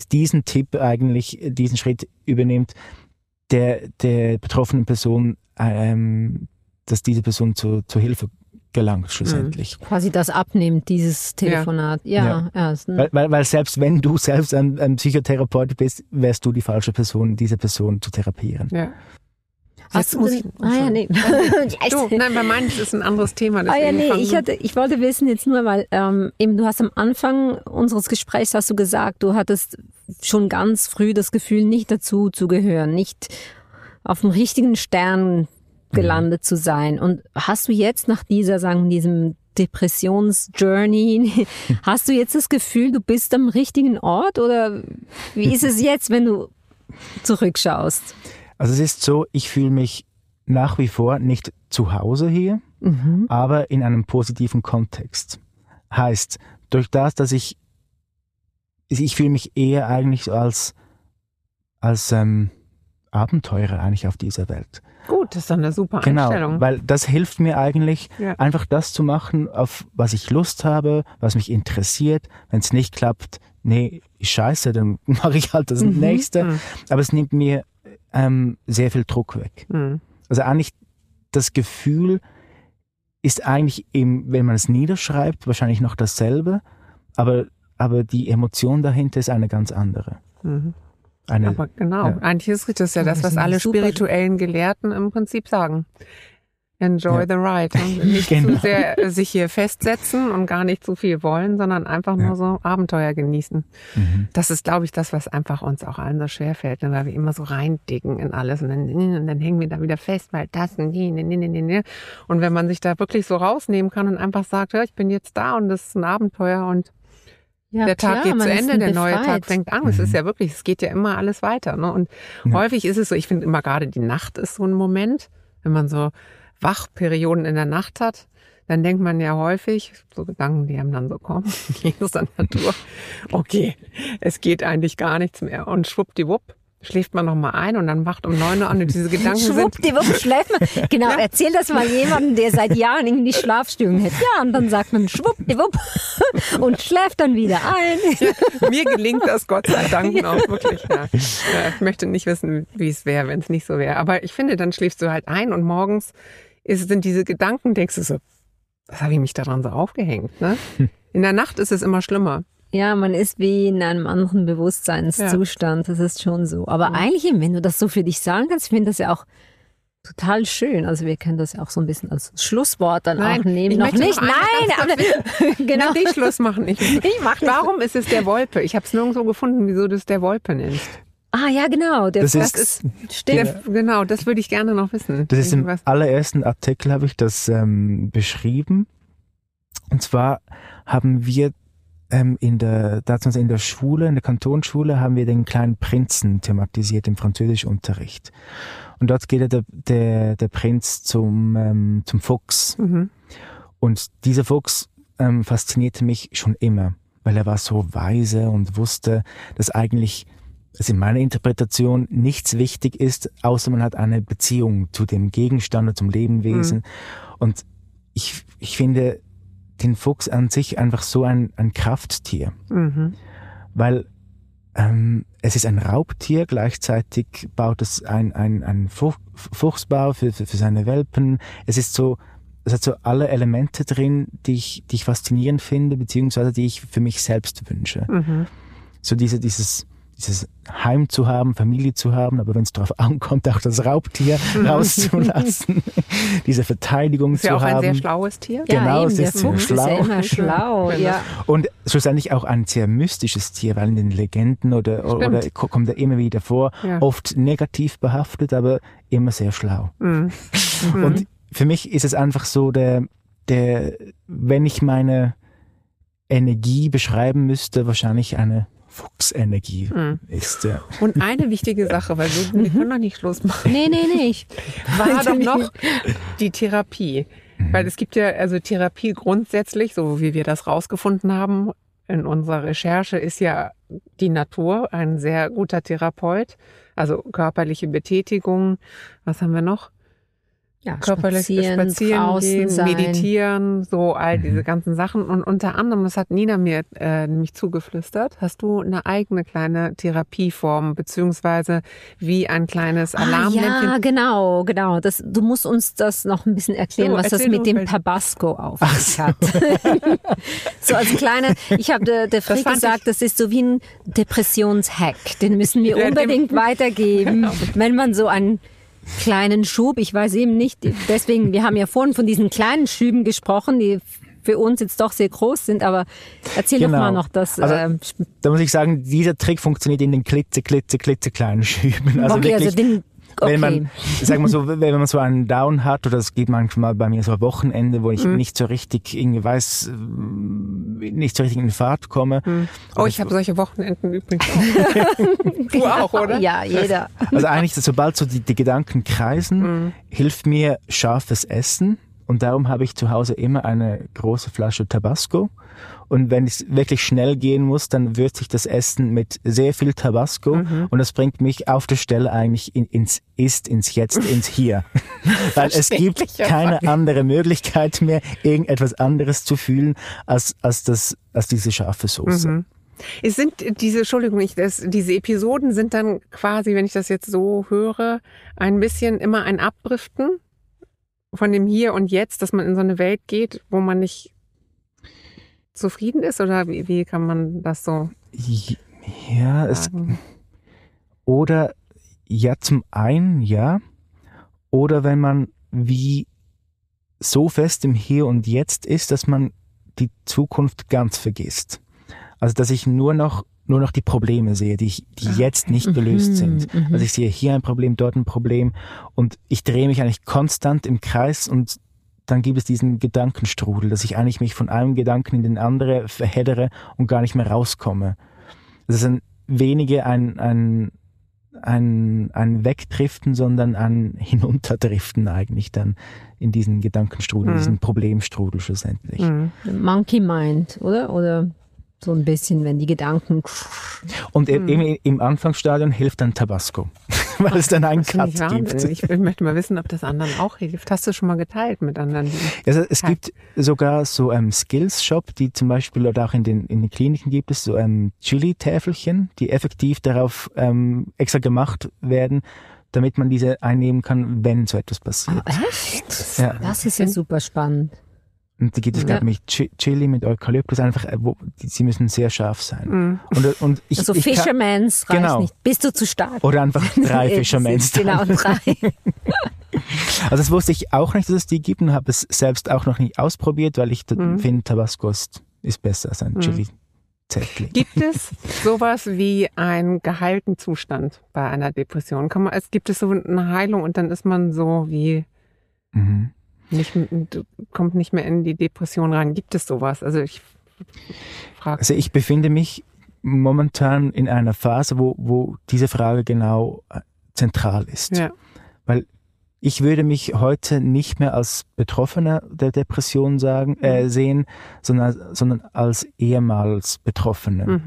übernimmt, der betroffenen Person, dass diese Person zur Hilfe gelangt schlussendlich. Quasi das abnimmt, dieses Telefonat. Ja. Weil selbst wenn du selbst ein Psychotherapeut bist, wärst du die falsche Person, diese Person zu therapieren. Ja. Hast du nee. Nein, bei meinen ist es ein anderes Thema. Ich wollte wissen jetzt nur, weil eben du hast am Anfang unseres Gesprächs hast du gesagt, du hattest schon ganz früh das Gefühl, nicht dazu zu gehören, nicht auf dem richtigen Stern gelandet zu sein. Und hast du jetzt nach diesem Depressions-Journey, hast du jetzt das Gefühl, du bist am richtigen Ort, oder wie ist es jetzt, wenn du zurückschaust? Also es ist so, ich fühle mich nach wie vor nicht zu Hause hier, aber in einem positiven Kontext. Heißt, durch das, dass ich fühle mich eher eigentlich so als Abenteurer eigentlich auf dieser Welt. Gut, das ist dann eine super Einstellung. Genau, weil das hilft mir eigentlich, einfach das zu machen, auf was ich Lust habe, was mich interessiert. Wenn es nicht klappt, nee, scheiße, dann mache ich halt das Nächste. Aber es nimmt mir sehr viel Druck weg. Also eigentlich das Gefühl ist eigentlich wenn man es niederschreibt, wahrscheinlich noch dasselbe, aber die Emotion dahinter ist eine ganz andere. Aber genau, eigentlich ist das ja das, was alle spirituellen Gelehrten im Prinzip sagen. Enjoy the ride. Nicht zu sehr sich hier festsetzen und gar nicht zu viel wollen, sondern einfach nur so Abenteuer genießen. Das ist, glaube ich, das, was einfach uns auch allen so schwer fällt, weil wir immer so reindicken in alles und dann hängen wir da wieder fest, weil das und die. Und wenn man sich da wirklich so rausnehmen kann und einfach sagt, ja, ich bin jetzt da und das ist ein Abenteuer und der Tag geht zu Ende, der neue Tag fängt an. Es ist ja wirklich, es geht ja immer alles weiter. Ne? Und häufig ist es so, ich finde immer gerade die Nacht ist so ein Moment, wenn man so Wachperioden in der Nacht hat, dann denkt man ja häufig, so Gedanken, die einem dann so kommen, gehen es dann durch. Okay, es geht eigentlich gar nichts mehr. Und schwuppdiwupp schläft man noch mal ein und dann wacht um 9 Uhr an und diese Gedanken schwuppdiwupp schläft man. Genau, erzähl das mal jemandem, der seit Jahren irgendwie Schlafstörungen hat. Ja, und dann sagt man schwuppdiwupp und schläft dann wieder ein. Ja, mir gelingt das Gott sei Dank auch wirklich. Ja. Ich möchte nicht wissen, wie es wäre, wenn es nicht so wäre. Aber ich finde, dann schläfst du halt ein und morgens sind diese Gedanken, denkst du so, was habe ich mich daran so aufgehängt? Ne? In der Nacht ist es immer schlimmer. Ja, man ist wie in einem anderen Bewusstseinszustand, das ist schon so. Aber eigentlich, wenn du das so für dich sagen kannst, ich finde das ja auch total schön. Also wir können das ja auch so ein bisschen als Schlusswort dann auch nehmen. Noch nicht, genau. Nicht Schluss machen. Warum ist es der Wolpe? Ich habe es nirgendwo gefunden, wieso du es der Wolpe nennst. Ah ja, genau. Stimmt. Genau, das würde ich gerne noch wissen. Das ist im allerersten Artikel, habe ich das beschrieben. Und zwar haben wir in der Schule, in der Kantonsschule, haben wir den kleinen Prinzen thematisiert im Französischunterricht. Und dort geht der Prinz zum Fuchs. Mhm. Und dieser Fuchs faszinierte mich schon immer, weil er war so weise und wusste, dass eigentlich dass in meiner Interpretation nichts wichtig ist, außer man hat eine Beziehung zu dem Gegenstand oder zum Lebewesen. Mhm. Und ich finde den Fuchs an sich einfach so ein Krafttier. Mhm. Weil es ist ein Raubtier, gleichzeitig baut es ein Fuchsbau für seine Welpen. Es hat so alle Elemente drin, die ich faszinierend finde, beziehungsweise die ich für mich selbst wünsche. Mhm. So dieses Heim zu haben, Familie zu haben, aber wenn es darauf ankommt, auch das Raubtier rauszulassen, diese Verteidigung zu haben. Ist ja auch ein sehr schlaues Tier. Genau, ja, es ist sehr schlau. Ist ja immer schlau, ja. Und schlussendlich auch ein sehr mystisches Tier, weil in den Legenden oder kommt er immer wieder vor, oft negativ behaftet, aber immer sehr schlau. Mhm. Und für mich ist es einfach so, wenn ich meine Energie beschreiben müsste, wahrscheinlich eine Fuchsenergie ist. Ja. Und eine wichtige Sache, weil wir können doch nicht Schluss machen. Nee. War doch noch die Therapie. Weil es gibt ja, also Therapie grundsätzlich, so wie wir das rausgefunden haben in unserer Recherche, ist ja die Natur ein sehr guter Therapeut. Also körperliche Betätigung. Was haben wir noch? Ja, körperlich spazieren gehen, meditieren, so all diese ganzen Sachen. Und unter anderem, das hat Nina mir nämlich zugeflüstert, hast du eine eigene kleine Therapieform, beziehungsweise wie ein kleines Alarmlämpchen. Ja, genau. Du musst uns das noch ein bisschen erklären, was das mit dem Tabasco auf sich hat. So als kleine, ich habe der Frick gesagt, das ist so wie ein Depressionshack. Den müssen wir unbedingt weitergeben, genau. Wenn man so einen kleinen Schub, ich weiß eben nicht, deswegen, wir haben ja vorhin von diesen kleinen Schüben gesprochen, die für uns jetzt doch sehr groß sind, aber erzähl doch mal noch das. Also, da muss ich sagen, dieser Trick funktioniert in den klitzekleinen Schüben. Also okay, wirklich, wenn man, sagen wir so, wenn man so einen Down hat, oder es geht manchmal bei mir so ein Wochenende, wo ich nicht so richtig irgendwie weiß, nicht so richtig in Fahrt komme. Oh, ich habe solche Wochenenden übrigens auch. Du auch, oder? Ja, jeder. Also eigentlich, sobald so die Gedanken kreisen, hilft mir scharfes Essen. Und darum habe ich zu Hause immer eine große Flasche Tabasco. Und wenn es wirklich schnell gehen muss, dann würze ich das Essen mit sehr viel Tabasco. Und das bringt mich auf der Stelle eigentlich ins Jetzt, ins Hier. Weil es gibt keine andere Möglichkeit mehr, irgendetwas anderes zu fühlen, als diese scharfe Soße. Es sind diese Episoden sind dann quasi, wenn ich das jetzt so höre, ein bisschen immer ein Abdriften von dem Hier und Jetzt, dass man in so eine Welt geht, wo man nicht zufrieden ist, oder wie kann man das so sagen? Oder zum einen, oder wenn man wie so fest im Hier und Jetzt ist, dass man die Zukunft ganz vergisst. Also, dass ich nur noch die Probleme sehe, die jetzt nicht gelöst sind. Also ich sehe hier ein Problem, dort ein Problem, und ich drehe mich eigentlich konstant im Kreis, und dann gibt es diesen Gedankenstrudel, dass ich eigentlich mich von einem Gedanken in den anderen verheddere und gar nicht mehr rauskomme. Das ist weniger ein Wegdriften, sondern ein Hinunterdriften eigentlich dann in diesen Gedankenstrudel, diesen Problemstrudel schlussendlich. Monkey Mind, oder so ein bisschen, wenn die Gedanken... Und im Anfangsstadion hilft dann Tabasco, weil es dann einen Cut gibt. Ich möchte mal wissen, ob das anderen auch hilft. Hast du schon mal geteilt mit anderen? Also es gibt sogar so Skills-Shop, die zum Beispiel, oder auch in den Kliniken gibt es so Chili-Täfelchen, die effektiv darauf extra gemacht werden, damit man diese einnehmen kann, wenn so etwas passiert. Oh, echt? Ja. Das ist ja super spannend. Und die gibt es, glaube ich, mit Chili, mit Eukalyptus, einfach, sie müssen sehr scharf sein. Und also Fishermans reicht nicht. Bist du zu stark? Oder einfach 3 Fishermans. Genau, 3. Also das wusste ich auch nicht, dass es die gibt, und habe es selbst auch noch nicht ausprobiert, weil ich finde, Tabasco ist besser als ein Chili. zärtlich. Gibt es sowas wie einen geheilten Zustand bei einer Depression? Gibt es so eine Heilung und dann ist man so wie kommt nicht mehr in die Depression rein? Gibt es sowas? Also ich frage. Also ich befinde mich momentan in einer Phase, wo diese Frage genau zentral ist. Ja. Weil ich würde mich heute nicht mehr als Betroffener der Depression sehen, sondern als ehemals Betroffener.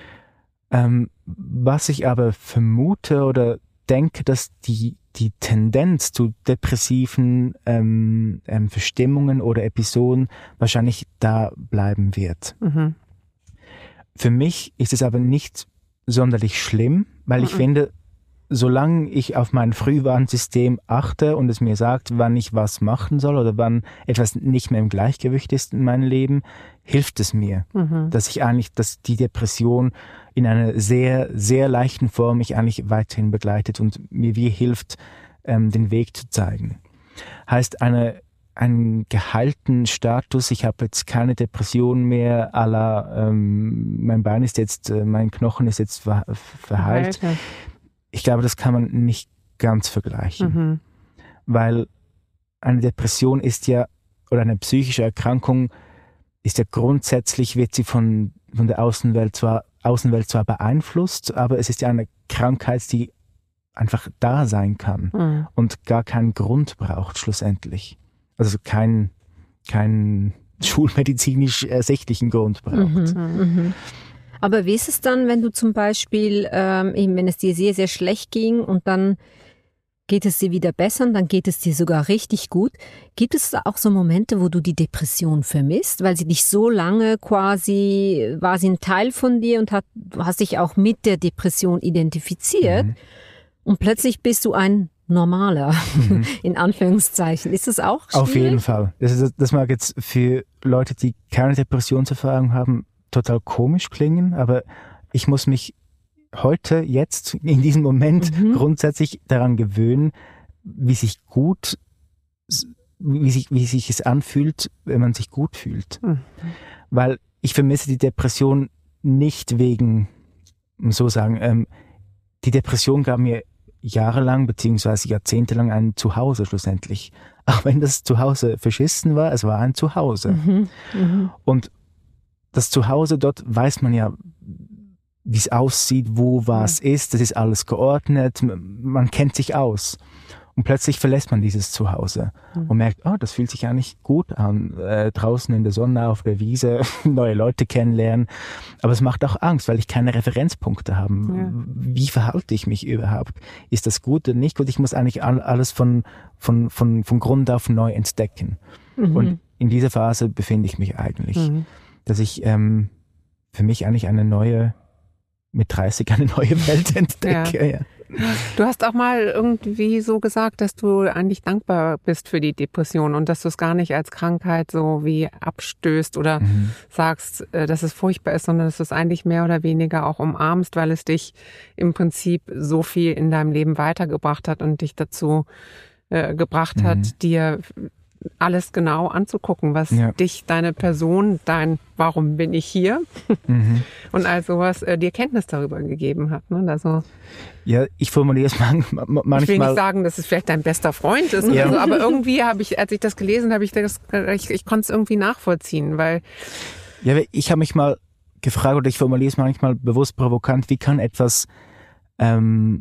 Was ich aber vermute oder denke, dass die Tendenz zu depressiven Verstimmungen oder Episoden wahrscheinlich da bleiben wird. Für mich ist es aber nicht sonderlich schlimm, weil ich finde, solange ich auf mein Frühwarnsystem achte und es mir sagt, wann ich was machen soll oder wann etwas nicht mehr im Gleichgewicht ist in meinem Leben, hilft es mir, dass die Depression in einer sehr, sehr leichten Form mich eigentlich weiterhin begleitet und mir wie hilft, den Weg zu zeigen. Heißt, einen geheilten Status, ich habe jetzt keine Depression mehr, à la, mein Knochen ist jetzt verheilt. Ich glaube, das kann man nicht ganz vergleichen. Weil eine Depression ist ja, oder eine psychische Erkrankung ist ja grundsätzlich, wird sie von der Außenwelt zwar beeinflusst, aber es ist ja eine Krankheit, die einfach da sein kann und gar keinen Grund braucht schlussendlich. Also keinen schulmedizinisch ersichtlichen Grund braucht. Aber wie ist es dann, wenn du zum Beispiel, wenn es dir sehr, sehr schlecht ging und dann geht es dir wieder besser und dann geht es dir sogar richtig gut? Gibt es auch so Momente, wo du die Depression vermisst, weil sie dich so lange war sie ein Teil von dir und du hast dich auch mit der Depression identifiziert und plötzlich bist du ein Normaler, in Anführungszeichen. Ist das auch schwierig? Auf jeden Fall. Das mag jetzt für Leute, die keine Depressionserfahrung haben, total komisch klingen, aber ich muss mich heute, jetzt, in diesem Moment grundsätzlich daran gewöhnen, wie sich es anfühlt, wenn man sich gut fühlt. Weil ich vermisse die Depression nicht wegen, so sagen, die Depression gab mir jahrelang beziehungsweise jahrzehntelang ein Zuhause schlussendlich. Auch wenn das Zuhause verschissen war, es war ein Zuhause. Und das Zuhause, dort weiß man ja, wie es aussieht, wo was ist, das ist alles geordnet, man kennt sich aus. Und plötzlich verlässt man dieses Zuhause und merkt, das fühlt sich eigentlich gut an, draußen in der Sonne auf der Wiese, neue Leute kennenlernen. Aber es macht auch Angst, weil ich keine Referenzpunkte habe. Ja. Wie verhalte ich mich überhaupt? Ist das gut oder nicht gut? Ich muss eigentlich alles von Grund auf neu entdecken. Und in dieser Phase befinde ich mich eigentlich, dass ich für mich eigentlich mit 30 eine neue Welt entdecke. Ja. Du hast auch mal irgendwie so gesagt, dass du eigentlich dankbar bist für die Depression und dass du es gar nicht als Krankheit so wie abstößt oder sagst, dass es furchtbar ist, sondern dass du es eigentlich mehr oder weniger auch umarmst, weil es dich im Prinzip so viel in deinem Leben weitergebracht hat und dich dazu gebracht hat, dir alles genau anzugucken, was dich, deine Person, warum bin ich hier und all sowas dir Kenntnis darüber gegeben hat. Ne? Also, ja, ich formuliere es manchmal. Ich will nicht sagen, dass es vielleicht dein bester Freund ist, oder so, aber irgendwie als ich das gelesen habe, ich konnte es irgendwie nachvollziehen, weil... Ja, ich habe mich mal gefragt, oder ich formuliere es manchmal bewusst provokant, wie kann etwas eine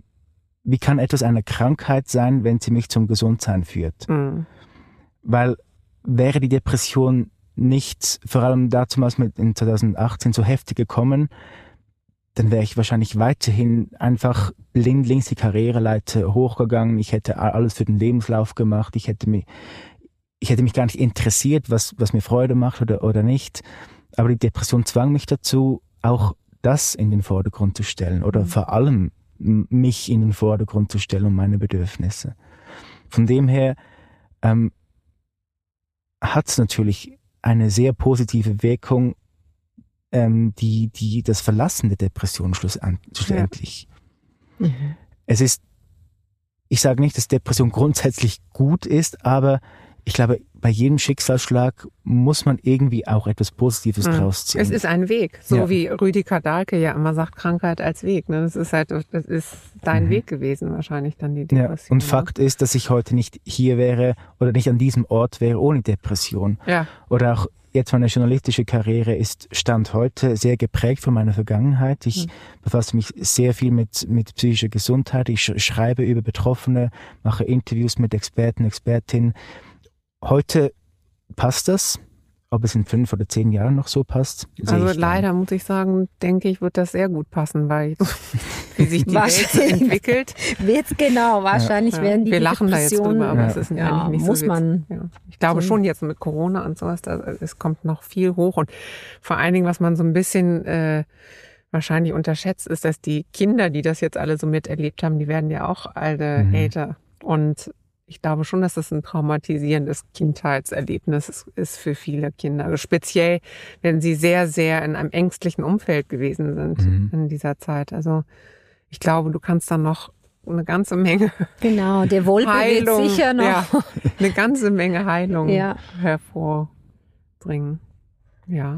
Krankheit sein, wenn sie mich zum Gesundsein führt? Weil wäre die Depression nicht, vor allem damals in 2018 so heftig gekommen, dann wäre ich wahrscheinlich weiterhin einfach blindlings die Karriereleiter hochgegangen. Ich hätte alles für den Lebenslauf gemacht. Ich hätte mich gar nicht interessiert, was mir Freude macht oder nicht. Aber die Depression zwang mich dazu, auch das in den Vordergrund zu stellen oder vor allem mich in den Vordergrund zu stellen und meine Bedürfnisse. Von dem her hat es natürlich eine sehr positive Wirkung, die das Verlassen der Depression schlussendlich. Es ist, ich sage nicht, dass Depression grundsätzlich gut ist, aber ich glaube, bei jedem Schicksalsschlag muss man irgendwie auch etwas Positives draus ziehen. Es ist ein Weg, so wie Rüdiger Dahlke ja immer sagt, Krankheit als Weg. Ne? Das ist dein Weg gewesen wahrscheinlich dann, die Depression. Ja. Und Fakt ist, dass ich heute nicht hier wäre oder nicht an diesem Ort wäre ohne Depression. Ja. Oder auch jetzt meine journalistische Karriere ist Stand heute sehr geprägt von meiner Vergangenheit. Ich befasse mich sehr viel mit psychischer Gesundheit. Ich schreibe über Betroffene, mache Interviews mit Experten, Expertinnen. Heute passt das. Ob es in 5 oder 10 Jahren noch so passt, Also leider muss ich sagen, denke ich, wird das sehr gut passen, weil wie sich die Welt so entwickelt. Wahrscheinlich werden die Wir lachen da jetzt drüber, aber es ist eigentlich nicht muss so man. Ja. Ich glaube schon jetzt mit Corona und sowas, es kommt noch viel hoch und vor allen Dingen, was man so ein bisschen wahrscheinlich unterschätzt, ist, dass die Kinder, die das jetzt alle so miterlebt haben, die werden ja auch alle älter und ich glaube schon, dass das ein traumatisierendes Kindheitserlebnis ist für viele Kinder. Also speziell, wenn sie sehr, sehr in einem ängstlichen Umfeld gewesen sind in dieser Zeit. Also ich glaube, du kannst dann noch eine ganze Menge Genau, der Wolpe Heilung, wird sicher noch eine ganze Menge Heilung hervorbringen. Ja.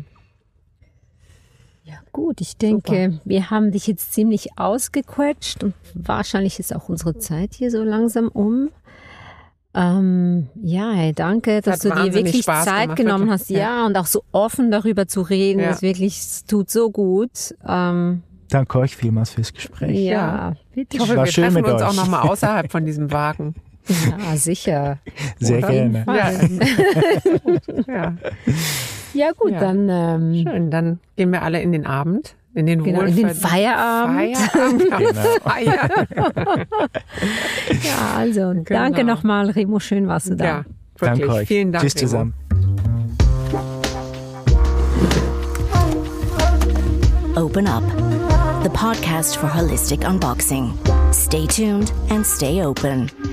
Ja gut, ich denke, wir haben dich jetzt ziemlich ausgequetscht und wahrscheinlich ist auch unsere Zeit hier so langsam um. Danke, dass du dir wirklich Zeit genommen hast. Ja, und auch so offen darüber zu reden, ist wirklich, es tut so gut. Danke euch vielmals fürs Gespräch. Ja, bitte. Ich hoffe, wir treffen uns auch nochmal außerhalb von diesem Wagen. Ja, sicher. Sehr gerne. Ja gut, dann schön, dann gehen wir alle in den Abend, in den in den Feierabend. Ja, also danke nochmal, Remo, schön warst du da. Ja, wirklich. Danke euch. Vielen Dank. Tschüss zusammen. Open Up, the podcast for holistic unboxing. Stay tuned and stay open.